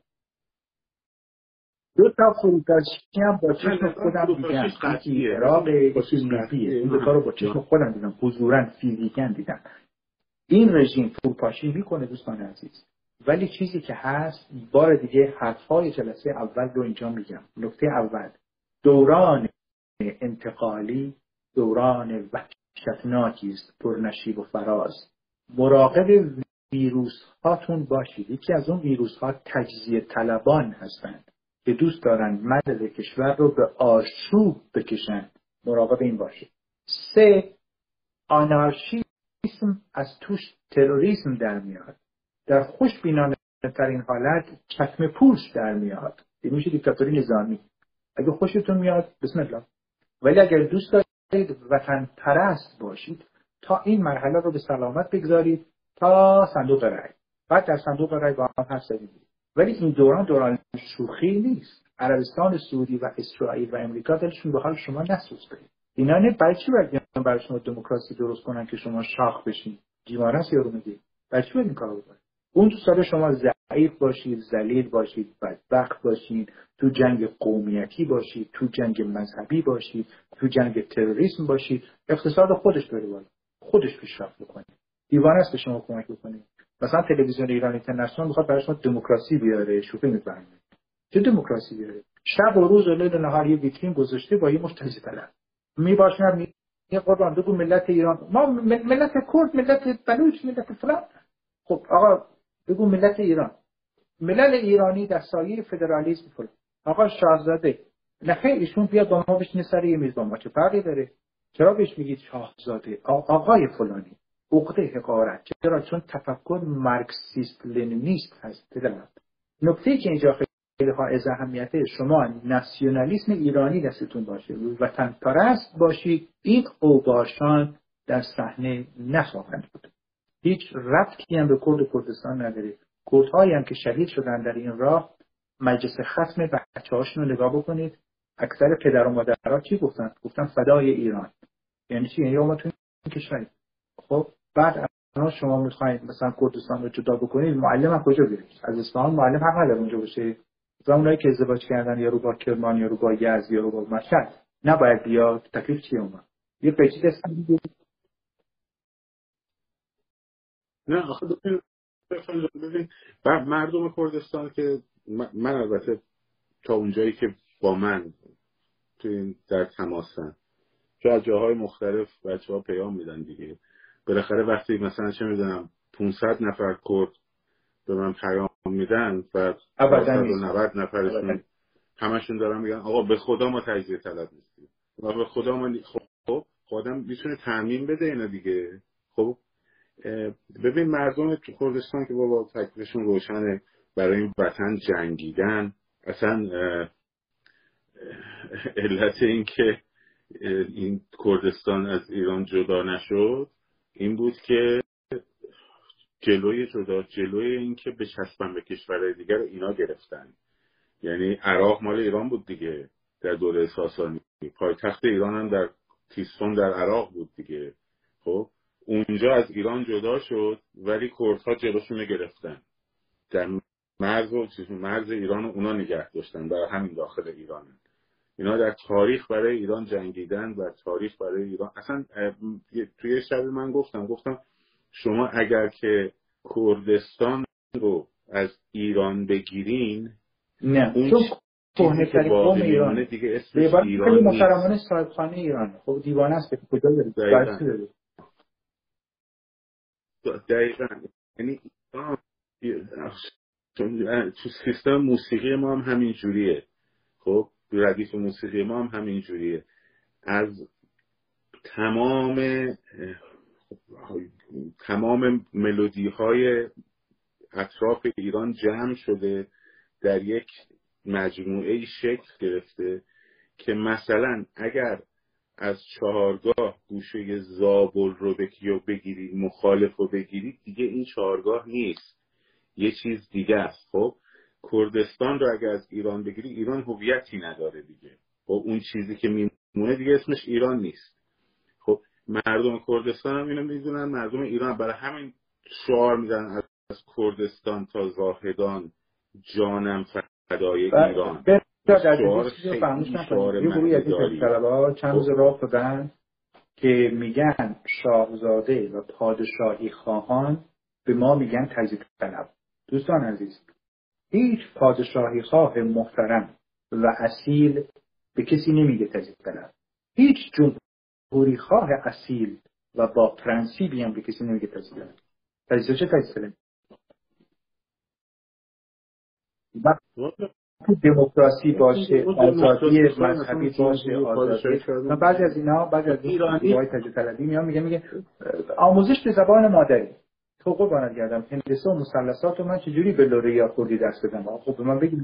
دو تا فروپاشی هم با چشم خودم دیدم. یکی عراق، یکی لیبیه. این دو تا رو با چشم خودم دیدم. حضوراً فیزیکاً دیدم. این رژیم فروپاشی میکنه دوستان عزیز. ولی چیزی که هست بار دیگه حرفای جلسه اول رو اینجا میگم. نکته اول، دوران انتقالی دوران وحشتناکی است، پر نشیب و فراز. مراقب ویروس هاتون باشید. یکی از اون ویروس ها تجزیه طلبان هستند که دوست دارن مدد کشور رو به آشوب بکشن. مراقب این باشید. سه، آنارشی از توش تروریسم در میاد. در خوشبینانه ترین حالت چکمه پوش در میاد. این میشه دیکتاتوری نظامی. اگه خوشتون میاد بسم الله. ولی اگر دوست دارید وطن پرست باشید تا این مرحله رو به سلامت بگذارید تا صندوق رای. بعد در صندوق رای با هم حرف زدید. ولی این دوران دوران شوخی نیست. عربستان سعودی و اسرائیل و امریکا دلشون به حال شما نسوزه. اینا نه برای چی باید برای شما دموکراسی درست کنن که شما شاخ بشین؟ دیوانه‌ست یارو میگه. برای چی باید این کارو بکنید؟ اون دوست داره شما ضعیف باشید، ذلیل باشید، بدبخت باشید، تو جنگ قومیتی باشید، تو جنگ مذهبی باشید، تو جنگ تروریسم باشید، اقتصاد خودش بره بالا، خودش پیشرفت بکنه. دیوانه‌ست به شما کمک بکنه. مثلا تلویزیون ایران اینترنشنال میخواد برای شما دموکراسی بیاره، شوخی می‌کنه. چه دموکراسی بیاره؟ شب و روز و لیل و نهار یه ویترین گذاشته با یه مشت طلب. میباشن قربان بگو ملت ایران، ما ملت کرد، ملت بلوچ، ملت فلان. خب آقا بگو ملت ایران، ملل ایرانی در سایه فدرالیسم فلان. آقا شاهزاده نه خیر ایشون بیاد با ما بشینه سر یه میز با ما، چه فرقی داره؟ چرا بهش میگید شاهزاده؟ آقای فلانی. عقده حقارت. چرا؟ چون تفکر مارکسیست لنینیست هست. دلم نکته که اینجا خیلی حائز اهمیته، شما ناسیونالیسم ایرانی دستتون باشه، وطن پرست باشید، این اوباشان در صحنه نخواهند بود. هیچ ربطی هم به کرد و کردستان نداره. کردهایی هم که شهید شدن در این راه، مجلس ختم بچه‌هاشون رو نگاه بکنید، اکثر پدر و مادرها چی گفتن؟ گفتن فدای ایران. یعنی چی؟ یعنی ما تو این کشوری. خب بعد الان شما میخواید مثلا کردستان رو جدا بکنید، معلم هم کجا برید؟ از اصفهان معلم حق نداره اونجا باشه. مثلا اونایی که ازدواج کردن یا رو با کرمان یا رو با یزد یا رو با مشهد نباید بیاد. تکلیف چیه اون؟ یه پیچیده است. نه آخه ببین ببین مردم کردستان که من البته تا اونجایی که با من تو این در تماسن، که از جاهای مختلف بچه ها پیام میدن دیگه، بالاخره وقتی مثلا چه میدونم پانصد نفر کرد به من پیام میدن و چهارصد و نود نفرشون همشون دارن میگن آقا به خدا ما تجزیه طلب نیستیم و به خدا ما نی... خب خودم میتونه تعمیم بده اینا دیگه. خب ببین مردم تو کردستان که بابا تکلیفشون روشنه، برای این وطن جنگیدن. اصلا علت این که این کردستان از ایران جدا نشد این بود که جلوی جدا جلوی این که بچسبن به کشورهای دیگر اینا گرفتن. یعنی عراق مال ایران بود دیگه در دوره ساسانی، پایتخت ایران هم در تیستون در عراق بود دیگه. خب اونجا از ایران جدا شد ولی کردها جلوشون گرفتن، در مرز و چیز مرز ایران اونا نگه داشتن، برای همین داخل ایران. اینا در تاریخ برای ایران جنگیدن و تاریخ برای ایران اصلا. توی شب من گفتم گفتم شما اگر که کردستان رو از ایران بگیرین، نه اون چون کهنه‌ترین قوم ایران دیگه اسمش ایران نیست. محترمانه صاحبخانه ایران. خب دیوانه است که کجا برید؟ دقیقاً دقیقاً یعنی تو سیستم موسیقی ما هم همین جوریه. خب ردیف موسیقی ما هم همین جوریه. از تمام تمام ملودی های اطراف ایران جمع شده در یک مجموعه شکل گرفته که مثلا اگر از چهارگاه گوشه زابل رو بگیرید، مخالف رو بگیرید، دیگه این چهارگاه نیست، یه چیز دیگه است. خب کردستان رو اگر از ایران بگیری، ایران هویتی نداره دیگه. خب اون چیزی که میمونه دیگه اسمش ایران نیست. خب مردم کردستان هم اینو میدونن، مردم ایران برای همین شعار میدن از کردستان تا زاهدان جانم فدای ایران. شعار خیلی شعار معنیداری. چند روز راه دادن که میگن شاهزاده و پادشاهی خواهان به ما میگن تجزیه طلب. دوستان عزیز، هیچ پادشاهی خواه محترم و اصیل به کسی نمیگه تجزیه طلب. هیچ جمهوری خواه اصیل و با پرنسیبی هم به کسی نمیگه تجزیه طلب. تجزیه چه تجزیه طلب؟ تو دموکراسی باشه، آزادی مذهبی باشه، آزادی. من بعضی از اینا بعضی از ایرانی تجزیه طلبی میان میگه میگه آموزش به زبان مادری. تو قربانت گردم هندسه و مثلثات رو من چجوری به لوره یا کردی دست بدم؟ خب به من بگید.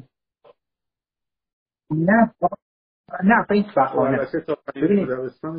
نه نه به این فخانه. ببینید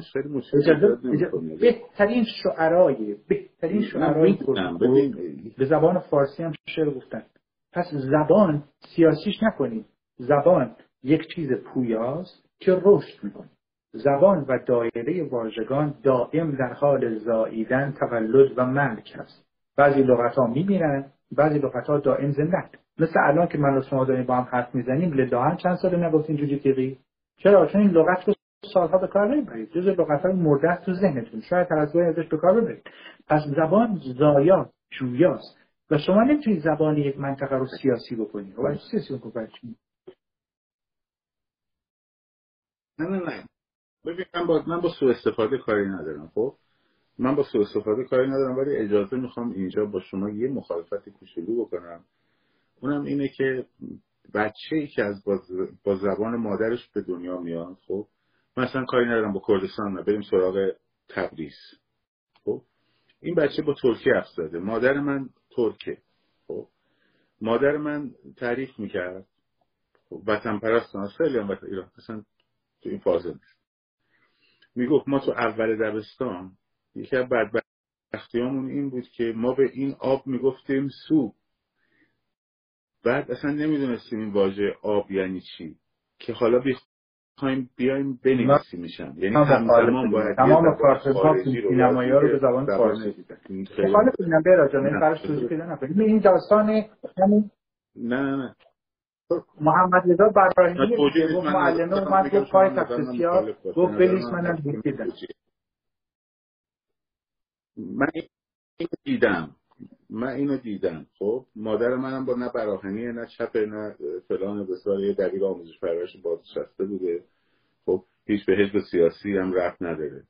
بهترین شعرای بهترین شعرای کردی به زبان فارسی هم شعر گفتن. پس زبان سیاسیش نکنید. زبان یک چیز پویاست که رشد میکنه. زبان و دایره واژگان دائم در حال زاییدن، تولد و مرگ است. بعضی لغت‌ها میمیرن، بعضی لغت‌ها دائم زنده‌اند. مثل الان که من و شما داریم با هم حرف میزنیم، لداهن چند سال نگفتین جوجی تیغی؟ چرا؟ چون این لغت رو سالها به کار نمیبرید. جز لغت‌های مرده است تو ذهنتون. شاید هر از گاهی ازش به کار ببرید. پس زبان زایا، جویاست. و شما نمیتونید زبان یک منطقه رو سیاسی بکنید. و سیاسی بکنید. نه نه نه ببین من با من با سوء استفاده کاری ندارم. خب من با سوء استفاده کاری ندارم، ولی اجازه میخوام اینجا با شما یه مخالفت کوچولو بکنم. اونم اینه که بچه‌ای که از با زبان مادرش به دنیا میاد، خب مثلا کاری ندارم با کردستان، نه بریم سراغ تبریز. خب این بچه با ترکی حرف زده، مادر من ترکه. خب مادر من تعریف میکرد، خب وطن پرستان خیلی هم وطن ایران اصلا تو این فاز نیست. میگفت ما تو اول دبستان یکی از بدبختیامون این بود که ما به این آب میگفتیم سو، بعد اصلا نمیدونستیم این واژه آب یعنی چی، که حالا بخوایم بیایم بنویسیم میشن، یعنی همزمان باید تمام کارتون‌ها سینمایی‌ها رو به زبان فارسی دیدن. خاله ببینم برا جان این براش توضیح پیدا نکنید. این داستان همون نه نه نه محمد رضا براهیمی گفت معلمه اومد گفت پای تخصیصیات گفت بلیس منم دیدم. من اینو دیدم من اینو دیدم خب مادر منم با نه براهنیه نه چپه نه فلان بسیار یه دبیر آموزش پرورش بازنشسته بوده. خب هیچ به حزب سیاسی هم ربط نداره.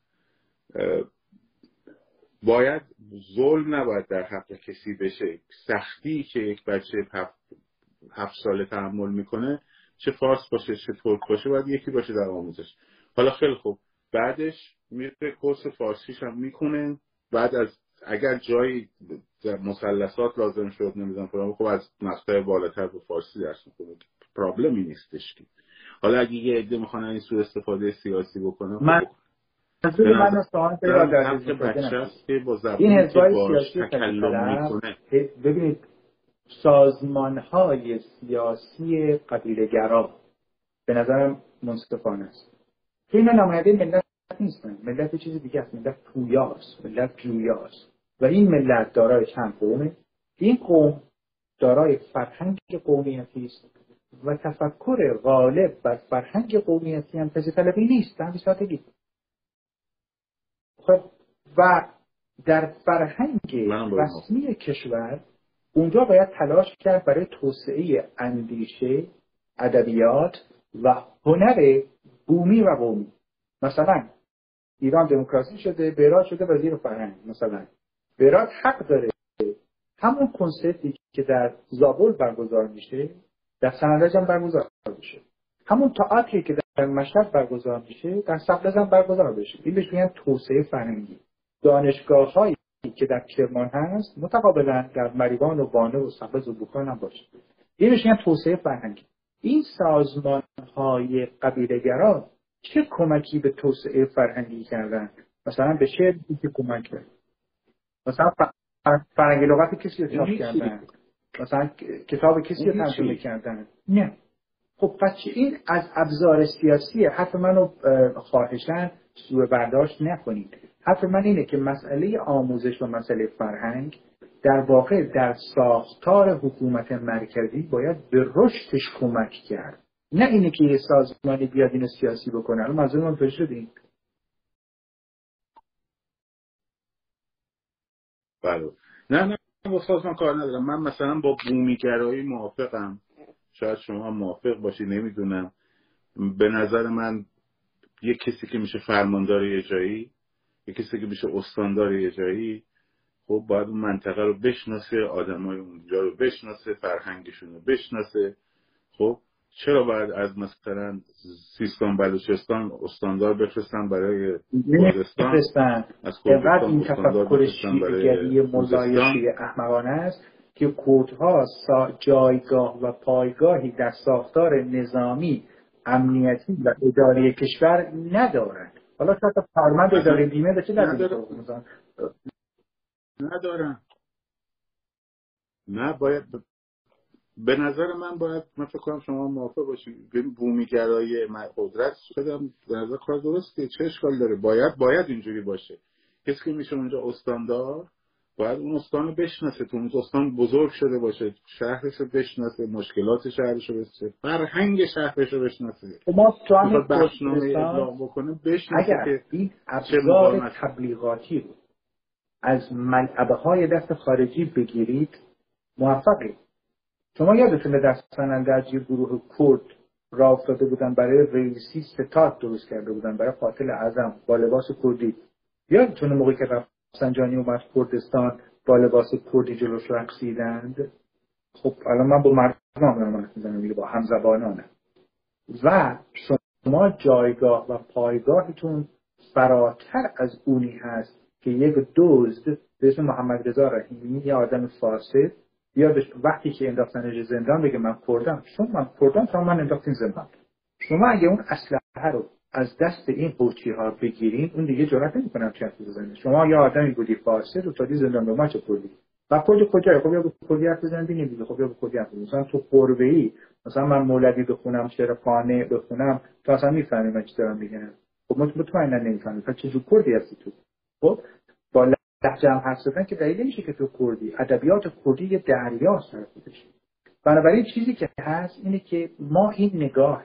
باید ظلم نباید در حق کسی بشه. سختی که یک بچه هفت, هفت ساله تحمل میکنه، چه فارس باشه چه ترک باشه، باید یکی باشه در آموزش. حالا خیلی خوب بعدش میره کورس فارسیش هم میکنه، بعد از اگر جایی مثلثات لازم شد نمیدونم فرام خب از مقطع بالاتر به فارسی درس میکنه، پرابلمی نیستش. حالا اگه یه عده میخوان این سوء استفاده سیاسی بکنه من از من اصلا پیدا این حزبای سیاسی تکلم میکنه. ببینید سازمان‌های سیاسی قبیله‌گرا به نظرم منصفانه است. اینا نماینده ملت نیستن، ملت چیز دیگه است، ملت پویاست، ملت جویاست و این ملت دارای چند قومه. این قوم دارای فرهنگ قومیتی است و تفکر غالب بر فرهنگ قومیتی هم کسی طلبی نیست در سادگی. خب و در فرهنگ رسمی کشور اونجا باید تلاش کرد برای توسعه اندیشه، ادبیات و هنر بومی و قومی. مثلا ایران دموکراسی شده، بهراد شده وزیر فرهنگ. مثلا بهراد حق داره همون کنسرتی که در زابل برگزار میشه در سنندج هم برگزار بشه، همون تئاتری که در مشهد برگزار میشه در سبلز هم برگزار بشه. این بهش میگن توسعه فرهنگی. دانشگاه‌هایی که در کرمان هست متقابلا در مریوان و بانه و سبلز و بوکان هم باشه. این بهش میگن توسعه فرهنگی. این سازمان‌های قبیله‌گرا چه کمکی به توسعه فرهنگی کردن؟ مثلا به شعر که کمک کرد، مثلا فرهنگ لغت کسی رو چاپ کردن، مثلا کتاب کسی رو ترجمه کردن. نه خب پس این از ابزار سیاسی. حرف منو خواهشاً سوء برداشت نکنید. حرف من اینه که مسئله آموزش و مسئله فرهنگ در واقع در ساختار حکومت مرکزی باید به رشدش کمک کرد، نه اینه که یه سازمانی بیاد اینو سیاسی بکنه. الان منظور من پیش شدیم. بله نه نه با سازمان کار ندارم. من مثلا با بومیگرایی موافقم، شاید شما موافق باشی نمیدونم. به نظر من یک کسی که میشه فرماندار اجرایی، یک کسی که میشه استاندار اجرایی، خب باید اون منطقه رو بشناسه، آدمای اونجا رو بشناسه، فرهنگشون رو بشناسه. خب چرا باید از مثلا سیستان بلوچستان استاندار بفرستن برای کردستان؟ از کردستان این تفکر شیعه‌گری ملای احمقانه است که کردها جایگاه و پایگاهی در ساختار نظامی، امنیتی و اداری کشور ندارند. حالا حتی فرمند اداره بیمه به چه دلیل ندارن؟ نه باید ب... به نظر من باید، من فکر کنم شما موافق باشید، ببین بومیگرایی قدرت خودم به نظر کار درسته، چه اشکال داره؟ باید باید اینجوری باشه. کسی که میشه اونجا استاندار باید اون استان رو بشناسه، تو اون استان بزرگ شده باشه، شهرش رو بشناسه، مشکلات شهرش رو بشناسه، فرهنگ شهرش رو بشناسه. ما تو همین بخشنامه ابلاغ بکنه بشناسه که این ابزار تبلیغاتی رو از ملعبه های دست خارجی بگیرید موفقی. شما یادتونه در سنندج یه گروه کرد راه افتاده بودن برای رئیسی ستاد درست کرده بودن برای قاتل اعظم با لباس کردی. یادتونه موقعی که رفسنجانی اومد کردستان با لباس کردی جلوش رقصیدند؟ خب الان من با مردم دارم حرف میزنم دیگه، با همزبانانه. و شما جایگاه و پایگاهتون فراتر از اونی هست که یک دزد به اسم محمد رضا رحیمی، یه آدم فاسد، یادش وقتی که انداختنش زندان بگه من کردم، چون من کردم تا من انداختین زندان. شما اگه اون اسلحه رو از دست این قوچی ها بگیرین، اون دیگه جرأت نمی‌کنه چه حرفی بزنه. شما یه آدمی بودی فاسد و تادی زندان به ما چه کردی؟ و کرد کجا؟ خب یا به کردی حرف بزنید دیگه. خب یا به کردی حرف مثلا تو قربه‌ای، مثلا من مولوی بخونم، شعر قانع بخونم، تو اصلا میفهمی من چی دارم میگم. خب مطمئنا نمیفهمی. پس چه جور کردی هستی تو؟ خب با لهجه هم حرف زدن که دلیل نمیشه که تو کردی. ادبیات کردی یه دریاست در خودش. بنابراین چیزی که هست اینه که ما این نگاه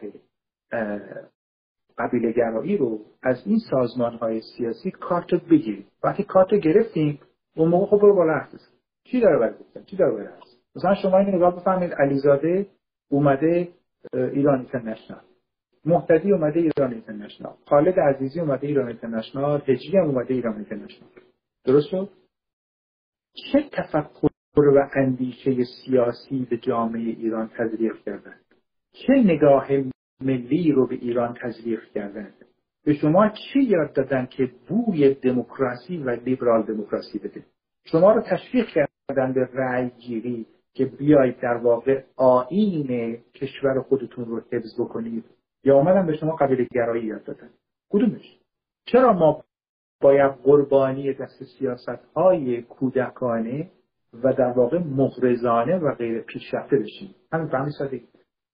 قبیله گرایی رو از این سازمان های سیاسی کارت بگیریم. وقتی کارت گرفتیم اون موقع خب برو بالا حرف بزن. چی داره برای گفتن؟ چی داره برای حرف؟ مثلا شما اینو نگاه بفهمید، علیزاده اومده ایران اینترنشنال، مهتدی اومده ایران اینترنشنال، خالد عزیزی اومده ایران اینترنشنال، هجی هم اومده ایران اینترنشنال. درست شد؟ چه تفکر و اندیشه سیاسی به جامعه ایران تزریق کردن؟ چه نگاه ملی رو به ایران تزریق کردن؟ به شما چی یاد دادن که بوی دموکراسی و لیبرال دموکراسی بده؟ شما رو تشویق کردن به رأی گیری که بیایید در واقع آیین کشور خودتون رو حفظ بکنید، یا اومدن به شما قبیله گرایی یاد دادن؟ کدومش؟ چرا ما باید قربانی دست سیاست‌های کودکانه و در واقع مغرضانه و غیر پیشرفته بشیم؟ همین به همین سادگی.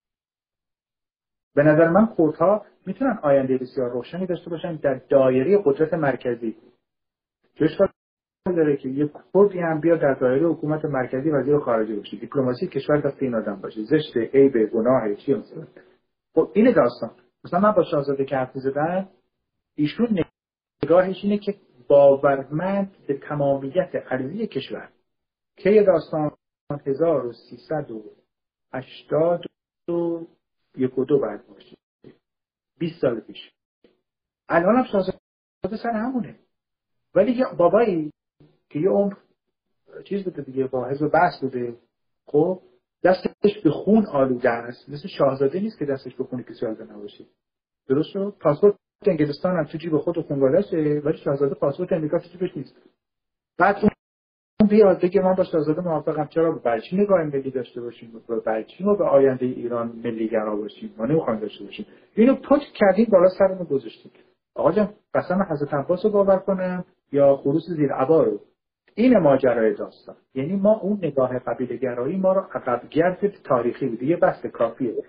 به نظر من کردها میتونن آینده بسیار روشنی داشته باشن در دایره قدرت مرکزی. اشکال داره که یک کردی هم بیا در دایره حکومت مرکزی وزیر خارجه باشه، دیپلماسی کشور دست این آدم باشه، زشت، عیب، گناه، چی مثلا. خب این داستان. مثلا من با شاهزاده که حرف زدم، ایشون نگاهش اینه که باورمند به تمامیت ارضی کشور که یه داستان هزار و سیصد و هشتاد و یک و دو بعد باشه، بیست سال پیش. الان هم شاهزاده سر همونه، ولی یه بابایی که یه عمر چیز بوده دیگه، با حزب بحث بوده، خب دستش به خون آلوده است. مثل شاهزاده نیست که دستش به خون کسی آلوده نباشه. درست شد؟ پاسپورت انگلستان هم تو جیب خود و خونواده‌شه، ولی شاهزاده پاسپورت امریکا تو جیبش نیست. بعد اون بیاد بگه من با شاهزاده موافقم، چرا برای چی نگاه ملی داشته باشیم؟ برای چی ما به آینده ایران ملی گرا باشیم؟ ما نمیخوایم داشته باشیم. اینو پوت کردیم بالا سرمون گذاشتیم. آقا جان قسم حضرت عباس رو باور کنم یا خروس زیر عبا رو؟ این ماجرای داستان. یعنی ما اون نگاه قبیله گرایی ما رو عقب گرد تاریخی بود. یه بحث کافیه.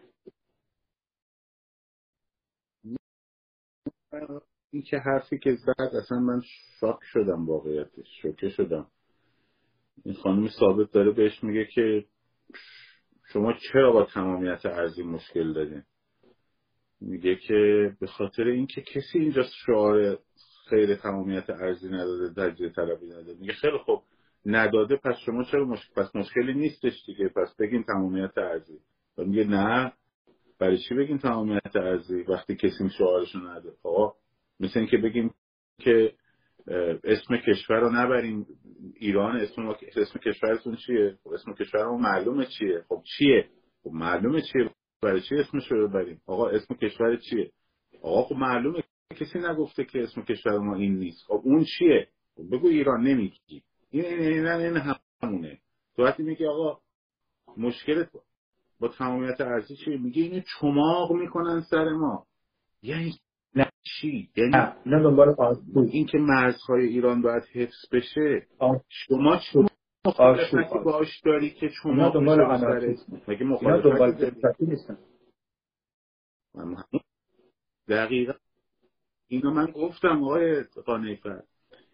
این که حرفی که زد اصلا من شاک شدم، واقعیتش شوکه شدم. این خانم ثابت داره بهش میگه که شما چرا با تمامیت ارضی مشکل دارین؟ میگه که به خاطر اینکه کسی اینجا شعار خیر تمامیت ارضی نداده، تجزیه طلبی نداده. میگه خیلی خوب نداده، پس شما چرا مشکل، پس مشکلی نیستش دیگه، پس بگین تمامیت ارضی. و میگه نه، برای چی بگین تمامیت ارضی وقتی کسی شعارشو نداده؟ آقا مثل این که بگیم که اسم کشور رو نبریم ایران، اسم اسم کشورتون چیه؟ خب اسم کشورمون معلومه چیه. خب چیه؟ خب معلومه چیه، برای چی اسمش رو ببریم؟ آقا اسم کشور چیه؟ آقا خب معلومه، کسی نگفته که اسم کشور ما این نیست. خب اون چیه؟ خب بگو ایران. نمیگی. این این این همونه. تو وقتی میگی آقا مشکلت با تمامیت ارضی چیه، میگه اینو چماق میکنن سر ما. یعنی نه چی؟ یعنی نه دنبال آشوب، این که مرزهای ایران باید حفظ بشه. آشوب. شما چی مخالفتی باش داری که چماق میشه سر؟ مگه مخالفتی داری؟ نیستن. دقیقا اینو من گفتم آقای قانع‌فر.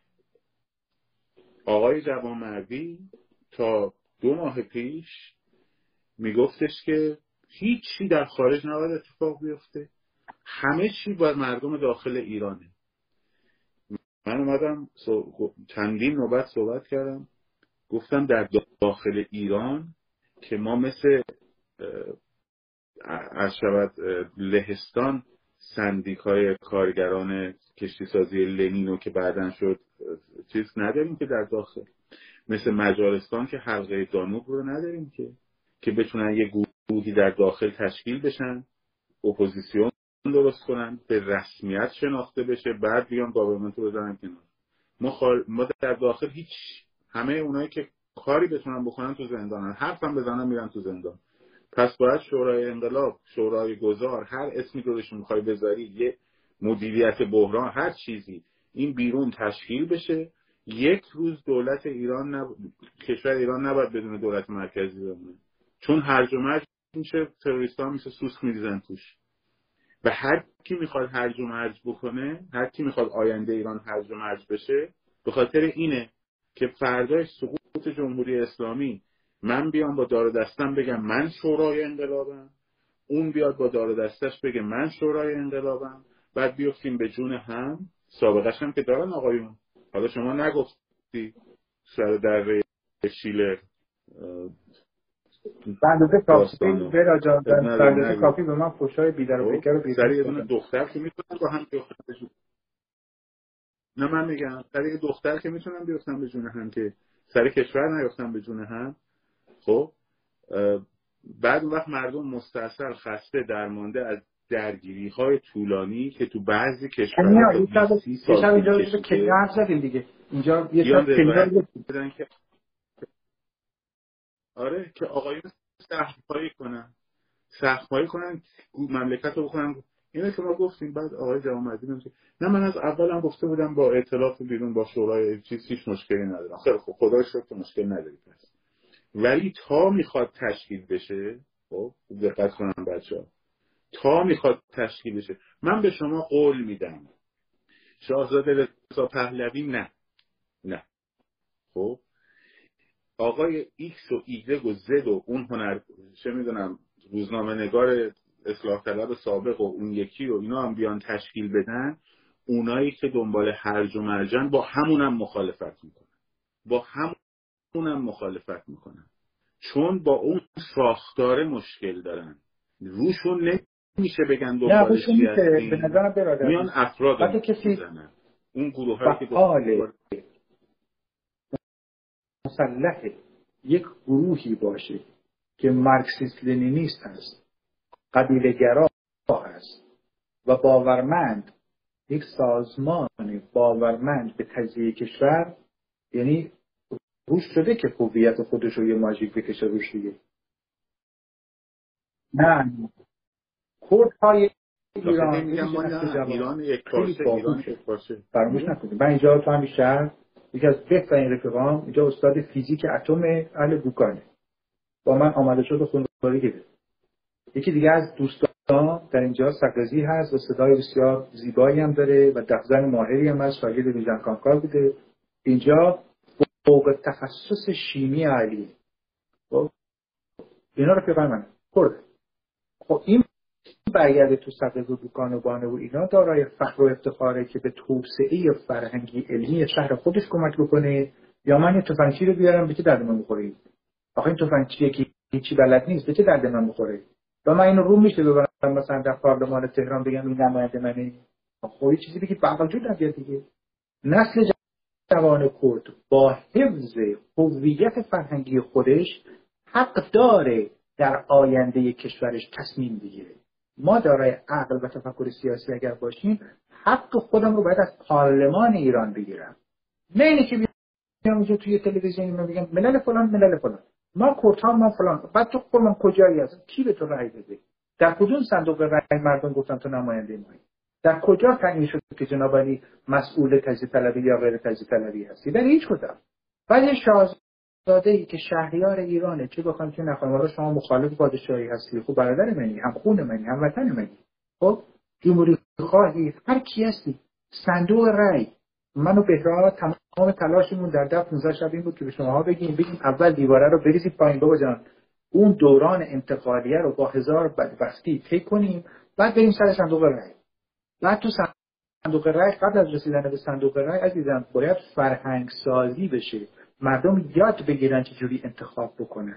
آقای جوانمردی تا دو ماه پیش میگفتش که هیچی در خارج نباید اتفاق بیفته، همه چی بر مردم داخل ایرانه. من اومدم چندین نوبت صحبت کردم، گفتم در داخل ایران که ما مثل از شود لهستان سندیکای کارگران کشتی سازی لنینو که بعدن شد چیز نداریم که در داخل، مثل مجارستان که حلقه دانوب رو نداریم که که بتونن یه گروهی در داخل تشکیل بشن، اپوزیسیون درست کنن، به رسمیت شناخته بشه، بعد بیان گاورمنت رو بزنن کنار. ما, خال... ما در داخل هیچ، همه اونایی که کاری بتونن بکنن تو زندانن، حرفم بزنن میرن تو زندان. پس باید شورای انقلاب، شورای گذار، هر اسمی رو بهش میخوای بذاری، یه مدیریت بحران، هر چیزی، این بیرون تشکیل بشه. یک روز دولت ایران نب... کشور ایران نباید بدون دولت مرکزی بمونه، چون هرج و مرج میشه، تروریستا میشه سوسک میریزن توش. و هر کی میخواد هرج و مرج بکنه، هر کی میخواد آینده ایران هرج و مرج بشه، به خاطر اینه که فردای سقوط جمهوری اسلامی من بیام با دار و دستم بگم من شورای انقلابم، اون بیاد با دار و دستش بگه من شورای انقلابم، بعد بیفتیم به جون هم. سابقش هم که دارن آقایون. حالا شما نگفتی سر در شیلر بندازه کافی برا جان، بندازه کافی به من فوشای بیدر و بکر رو بیدر سر یه دونه دختر که میتونن با هم بیفتن به جون. نه من میگم سر یه دختر که میتونن بیفتن به جون هم، که سر کشور نیفتن به جون هم. خب بعد اون وقت مردم مستاصل، خسته، درمانده از درگیری های طولانی که تو بعضی کشورها تا بیست سال سال اینجا رو کنیا حرف زدیم دیگه. اینجا یه تا کنیا بدن که آره که آقایون سخت‌پایی کنن، سخت‌پایی کنن، مملکت رو بکنن. اینه که ما گفتیم. بعد آقای جوانمردی میگه نه من از اولم گفته بودم با ائتلاف بیرون با شورای چیز هیچ مشکلی ندارم. خیلی خوب، خدا رو شکر که مشکل نداری. پس ولی تا میخواد تشکیل بشه، خب دقت کنن بچه‌ها، تا میخواد تشکیل بشه، من به شما قول میدم شاهزاده رضا پهلوی نه نه خب آقای ایکس و ایگرگ و زد و اون هنر چه میدونم روزنامه نگار اصلاح طلب سابق و اون یکی و اینا هم بیان تشکیل بدن، اونایی که دنبال هرج و مرجن با همونم مخالفت میکنن، با همونم مخالفت میکنن، چون با اون ساختار مشکل دارن، روشون نمیشه بگن دنبال چی هستین. به نظرم برادر میان افراد وقتی کسی میزنن، اون گروه هایی که دنبال مسلح یک گروهی باشه که مارکسیست لنینیست هست، قبیله گرا هست و باورمند، یک سازمان باورمند به تجزیه کشور، یعنی روش شده که هویت خودش رو یه ماژیک بکشه روش دیگه. نه کردهای ایران میگم ایران یک پارچه، ایران یک پارچه فراموش نکنید. من اینجا تو همین شهر یکی از بهترین رفیقام اینجا استاد فیزیک اتم اهل بوکانه، با من آمده شد و خوندواری گرفت. یکی دیگه از دوستان در اینجا سقزی هست و صدای بسیار زیبایی هم داره و دفتر ماهری هم هست، شاگرد ویژن کانکار بوده. اینجا فوق تخصص شیمی عالی. خب اینا رفیقای من کرد. خب این برگرده تو سقز و بوکان و بانه و اینا دارای فخر و افتخاره که به توسعه فرهنگی علمی شهر خودش کمک بکنه، یا من یه تفنگچی رو بیارم به چه درد من بخوره؟ آخه این تفنگچیه که هیچی بلد نیست، به چه درد من بخوره؟ و من اینو رو میشه ببرم مثلا در پارلمان تهران بگم این نماینده منه؟ خب یه چیزی بگید بغل جو نبیاد دیگه. نسل جوان کرد با حفظ هویت فرهنگی خودش حق داره در آینده کشورش تصمیم بگیره. ما دارای عقل و تفکر سیاسی اگر باشیم، حق خودم رو باید از پارلمان ایران بگیرم. نه اینه که بیام اونجا توی تلویزیون من بگم ملل فلان ملل فلان، ما کردها ما فلان، بعد تو خودم کجایی هست؟ کی به تو رأی بده؟ در کدوم صندوق رأی مردم گفتن تو نماینده مایی؟ در کجا تعیین شد که جناب علی مسئول تجزیه طلبی یا غیر تجزیه طلبی هستی؟ در هیچ کدام. ولی شاهزاده‌ای که شهریار ایرانه، چه بخوام چه نخوام، حالا شما مخالف پادشاهی هستی، خب برادر منی، هم خون منی، هم وطن منی، خب جمهوری خواهی، هر کی هستی، صندوق رأی. منو بهرا تمام تلاشمون در ده پانزده شب این بود که به شماها بگیم بگیم اول دیواره رو بریزید پایین بابا جان، اون دوران انتقالیه رو با هزار بدبختی طی کنیم، بعد بریم سر صندوق رأی. بعد تو صندوق رأی، قبل از رسیدن به صندوق رأی عزیزم باید فرهنگ سازی بشه، مردم یاد بگیرن چجوری انتخاب بکنن.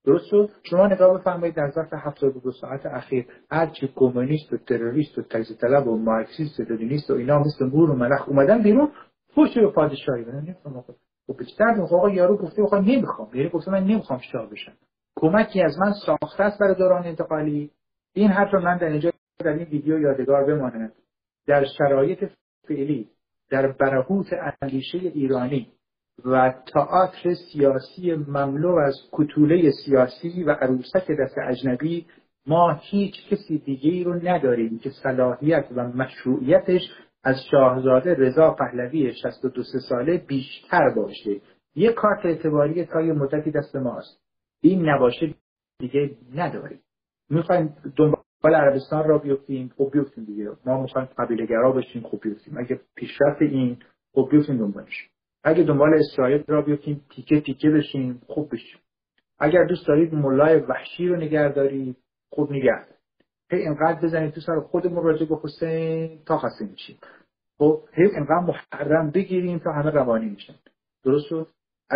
درست شد. شما نگاه بفرمایید در ظرف هفتاد و دو ساعت اخیر هر چی کمونیست و تروریست و تجزیه طلب و مارکسیست و لنینیست و اینا مثل مور و ملخ اومدن بیرون پشت به پادشاهی بدن. نمی‌فهمم خب بیشتر آقا یارو گفته آقا نمیخوام، یعنی گفته من نمیخوام شاه بشم، کمکی از من ساخته است برای دوران انتقالی. این حرف رو من در اینجا در این ویدیو یادگار بمانه. در شرایط فعلی در برهوت اندیشه ایرانی و تئاتر سیاسی مملو از کتوله سیاسی و عروسک دست اجنبی ما هیچ کسی دیگه ای رو نداریم که صلاحیت و مشروعیتش از شاهزاده رضا پهلوی شصت و دو ساله بیشتر باشه. یک کارت اعتباری تا یه مدتی دست ماست، این نباشه دیگه نداریم. میخوایم دنبال عربستان را بیفتیم، خب بیفتیم دیگه. ما میخوایم قبیله گرا بشیم، خب بیفتیم. اگه پیشرفت این خب بیفتیم دنبالش. اگه دنبال اسرائیل را بیفتیم تیکه تیکه بشیم، خب بشیم. اگر دوست دارید مولای وحشی رو نگه دارید، خب نگه دارید. هی اینقدر بزنید تو سر خودمون راجع به حسین تا خسته میشیم. خب هی اینقدر محرم بگیریم تا همه روانی میشن. درست شد؟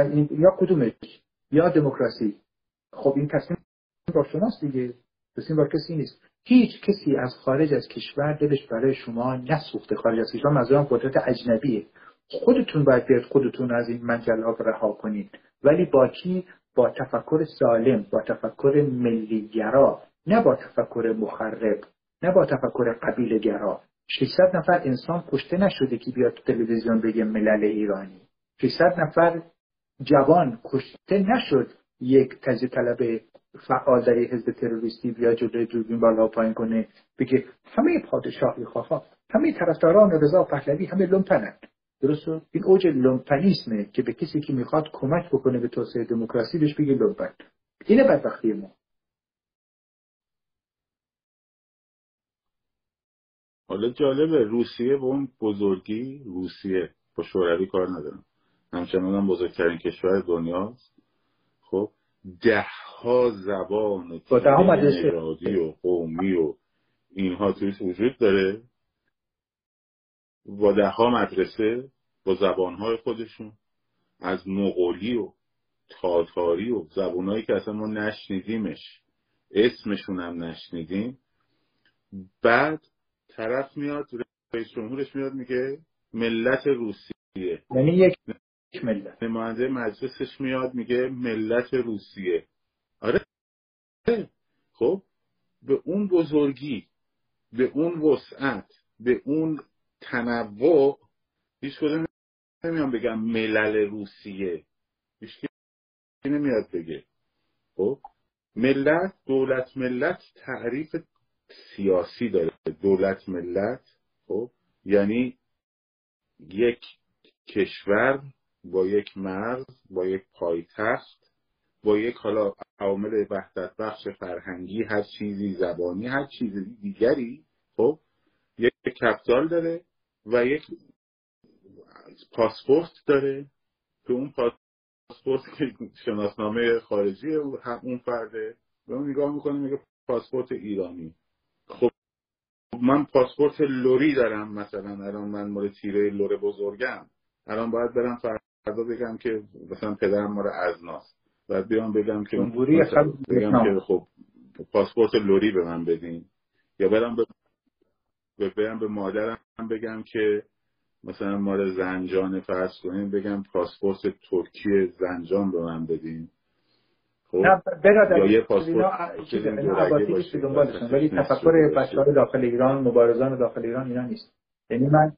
یا کدومش؟ یا دموکراسی. خب این تصمیم با شماست دیگه. تصمیم با کسی نیست. هیچ کسی از خارج از کشور دلش برای شما نسوخته. خارج از کشور منظورم قدرت اجنبیه. خودتون باید بیاد خودتون از این منجلاب رها کنید. ولی با کی؟ با تفکر سالم، با تفکر ملیگرا، نه با تفکر مخرب، نه با تفکر قبیله گرا. ششصد نفر انسان کشته نشده که بیاد تو تلویزیون بگه ملل ایرانی. ششصد نفر جوان کشته نشد یک تجزیه طلب فعال در حزب تروریستی بیا جلوی دوربین بالا پایین کنه بگه همه پادشاهی خواها، همه طرفداران رضا پهلوی همه لومپنن. درسته؟ این اوج لومپنیسمه که به کسی که میخواد کمک بکنه به توسعه دموکراسی بهش بگه لومپن. اینه بدبختی ما. حالا جالبه روسیه به اون بزرگی، روسیه با شوروی کار ندارم، همچنان هم بزرگترین کشور دنیاست. خب ده ها زبان با ده ها مدرسه نژادی و قومی و اینها توش وجود داره، با ده ها مدرسه با زبانهای خودشون، از مغولی و تاتاری و زبانهایی که اصلا ما نشنیدیمش، اسمشون هم نشنیدیم. بعد طرف میاد رئیس جمهورش میاد میگه ملت روسیه، یعنی یک ملت. نماینده مجلسش میاد میگه ملت روسیه. آره خب به اون بزرگی، به اون وسعت، به اون تنوع هیچ کدوم نمیان بگم ملل روسیه، هیچ کی نمیاد بگه. خب ملت، دولت ملت تعریف سیاسی داره. دولت ملت خب یعنی یک کشور با یک مرز، با یک پایتخت، با یک حالا عوامل وحدت بخش فرهنگی، هر چیزی، زبانی، هر چیزی دیگری، خب یک کپیتال داره و یک پاسپورت داره که اون پاسپورت که شناسنامه خارجی اون فرده به اون نگاه میکنه میگه پاسپورت ایرانی. خب من پاسپورت لوری دارم، مثلا الان من مال تیره لور بزرگم، الان باید برم فردا بگم که مثلا پدرم مال ازناست، بعد بیام بگم که بگم که خب پاسپورت لوری به من بدین، یا برم به برم به مادرم بگم که مثلا مال زنجان فرض کنین، بگم پاسپورت ترکیه زنجان به من بدین. خب نه برادر یا یه پاسپورت عباسی که دنبالشن، ولی تفکر بچه‌های داخل ایران، مبارزان داخل ایران اینا نیست. یعنی من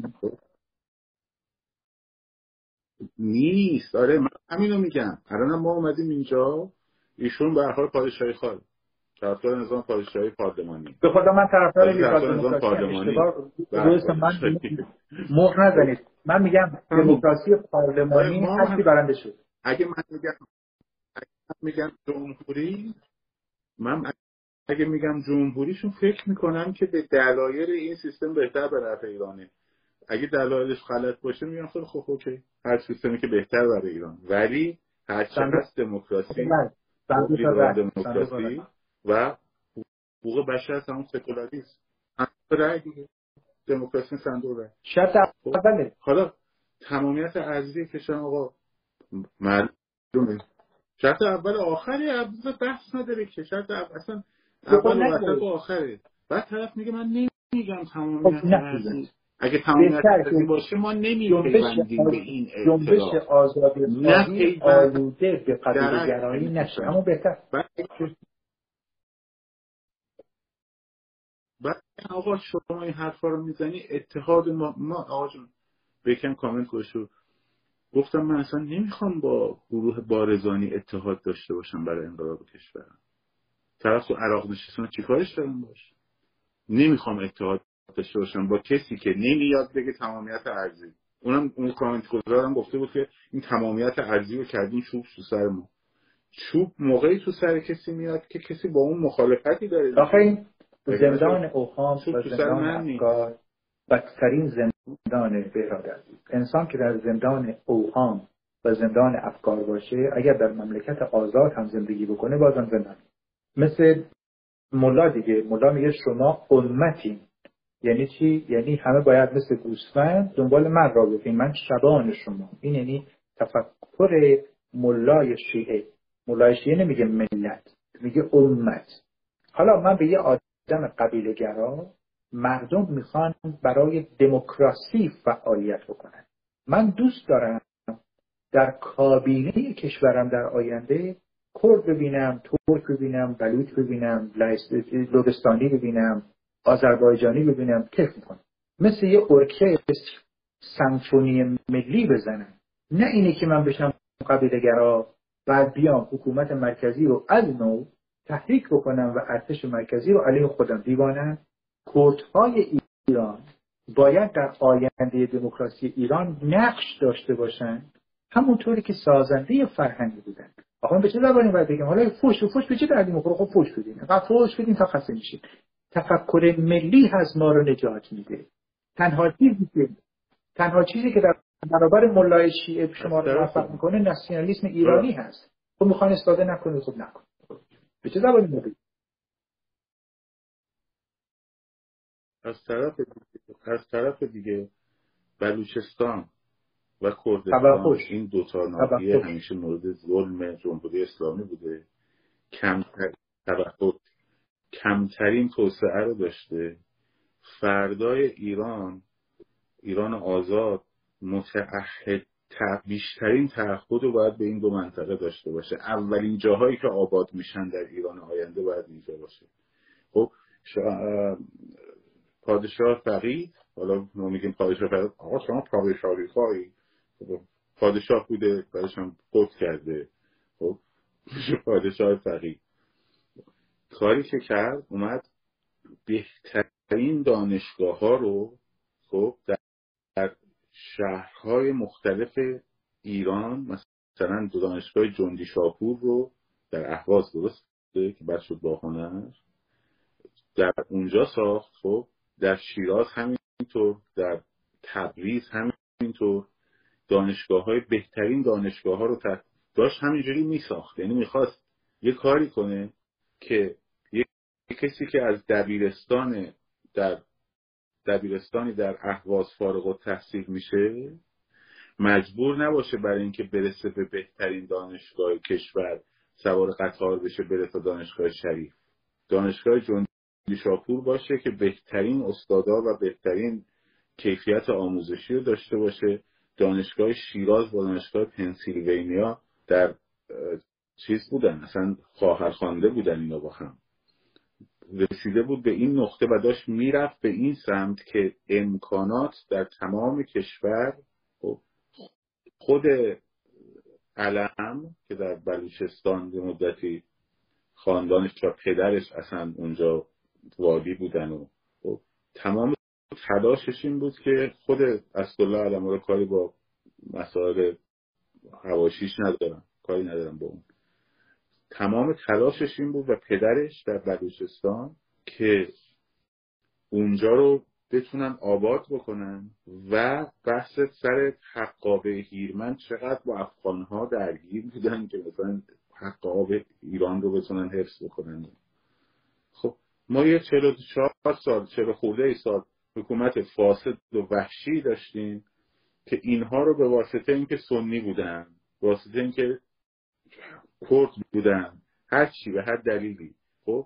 نیست. آره من همینو میگم. الان ما اومدیم اینجا، ایشون به هر حال پادشاهی خواد، طرفدار نظام پادشاهی پارلمانی. به خدا من طرفدار لیبرال دموکراسی اشتباه روز من مهر نزنید. من میگم دموکراسی پارلمانی هستی برنده شد. اگه من میگم اگه من میگم جمهوری، من اگه میگم جمهوریشون فکر میکنم که به دلایل این سیستم بهتر به نفع ایرانه. اگه دلایلش غلط باشه میگم خیلی خوب اوکی، هر سیستمی که بهتر برای ایران، ولی هر چقدر دموکراسی دموکراسی و حقوق بشر از همون سکولاریسم رای دیگه، دموکراسی صندوق رای. شرط اوله. حالا تمامیت ارضی کشور آقا معلومه، شرط اول آخری عبد بحث نداره که شرط اول اصلا اول و وسط و آخره. بعد طرف میگه من نمیگم تمامیت ارضی، اگه تمامیت ارضی باشه ما نمیپیوندیم به این جنبش اطلاع آزادی خواهی آلوده به قبیله گرایی نشه. اما بهتر بعد آقا شما این حرفا رو میزنی اتحاد ما, ما آقا جون بکن کامنت گوشو گفتم من اصلا نمیخوام با گروه بارزانی اتحاد داشته باشم برای انقلاب کشورم. طرف تو عراق نشستن چیکارش دارم باشه؟ نمیخوام اتحاد داشته باشم با کسی که نمیاد بگه تمامیت ارضی. اونم اون کامنت گذارم گفته بود که این تمامیت ارضی رو کردین چوب تو سر ما. چوب موقعی تو سر کسی میاد که کسی با اون مخالفتی داره. آخه این زندان اوهام و زندان افکار بدترین زندان برادر. انسان که در زندان اوهام و زندان افکار باشه اگر در مملکت آزاد هم زندگی بکنه بازم زندان. مثل ملا دیگه، ملا میگه شما امتی. یعنی چی؟ یعنی همه باید مثل گوسفند دنبال من را بفین، من شبان شما. این یعنی تفکر ملای شیعه. ملای شیعه نمیگه ملت، میگه امت. حالا من به یه آدم قبیله گرا، مردم میخوان برای دموکراسی فعالیت بکنن. من دوست دارم در کابینه کشورم در آینده کرد ببینم، ترک ببینم، بلوچ ببینم، لرستانی ببینم، آذربایجانی ببینم. کیف میکنم مثل یه ارکستر سمفونی ملی بزنم. نه اینه که من بشم قبیله گرا بعد بیام حکومت مرکزی رو از نو تحریک بکنم و ارتش مرکزی رو علیه خودم. دیوانم. کردهای ایران باید در آینده دموکراسی ایران نقش داشته باشن، همونطوری که سازنده فرهنگی بودن. آقا به چه زبانی باید بگم؟ حالا فوش و فوش به چه دردی میخوره؟ خب فوش بدین، فقط فوش بدین تا خسته میشین. تفکر ملی از ما رو نجات میده. تنها چیزی که تنها چیزی که در برابر ملای شیعه شما رو موفق میکنه ناسیونالیسم ایرانی هست. خب میخوان استفاده نکنه، خب نکن. به چه زبانی میگی؟ از طرف از طرف دیگه بلوچستان و کردستان این دو تا ناحیه همیشه مورد ظلم جمهوری اسلامی بوده. کمتر توقع کمترین توسعه رو داشته. فردای ایران ایران آزاد متعهد بیشترین تعهد رو باید به این دو منطقه داشته باشه. اولین جاهایی که آباد میشن در ایران آینده باید اینجا باشه. خب پادشاه فقید، حالا ما میگیم پادشاه فقید، آقا شما پادشاهی خواهی، پادشاه بوده بعدش هم قطع کرده. خب پادشاه فقید کاری که کرد اومد بهترین دانشگاه ها رو خب در شهرهای مختلف ایران، مثلا دو دانشگاه جندی شاپور رو در اهواز درسته که بعد شد باهنر در اونجا ساخت. خب در شیراز همینطور، در تبریز همینطور دانشگاه های بهترین دانشگاه ها رو داشت همینجوری می ساخت. یعنی میخواست یه کاری کنه که یه کسی که از دبیرستان در دبیرستانی در اهواز فارغ التحصیل میشه مجبور نباشه برای اینکه برسه به بهترین دانشگاه کشور سوار قطار بشه بره تا دانشگاه شریف. دانشگاه جندی شاپور باشه که بهترین استادا و بهترین کیفیت آموزشی رو داشته باشه. دانشگاه شیراز با دانشگاه پنسیلوانیا در چیز بودن، اصلا خواهرخوانده بودن اینا با هم. رسیده بود به این نقطه و داشت میرفت به این سمت که امکانات در تمام کشور. خود علم که در بلوچستان به مدتی خاندانش و پدرش اصلا اونجا وادی بودن و تمام تلاشش این بود که خود اسدالله علم رو کاری با مسائل حواشیش ندارم، کاری ندارم با اون. تمام تلاشش این بود و پدرش در بلوچستان که اونجا رو بتونن آباد بکنن و بحث سر حقابه هیرمند چقدر با افغانها درگیر بودن که مثلا حقابه ایران رو بتونن حفظ بکنن. خب ما یه چهل و چهار سال چهل خورده ای سال حکومت فاسد و وحشی داشتیم که اینها رو به واسطه اینکه سنی بودن، واسطه اینکه کرد بودن، هر چی به هر دلیلی، خب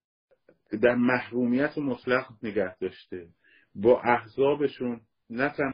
در محرومیت مطلق نگه داشته، با احزابشون نه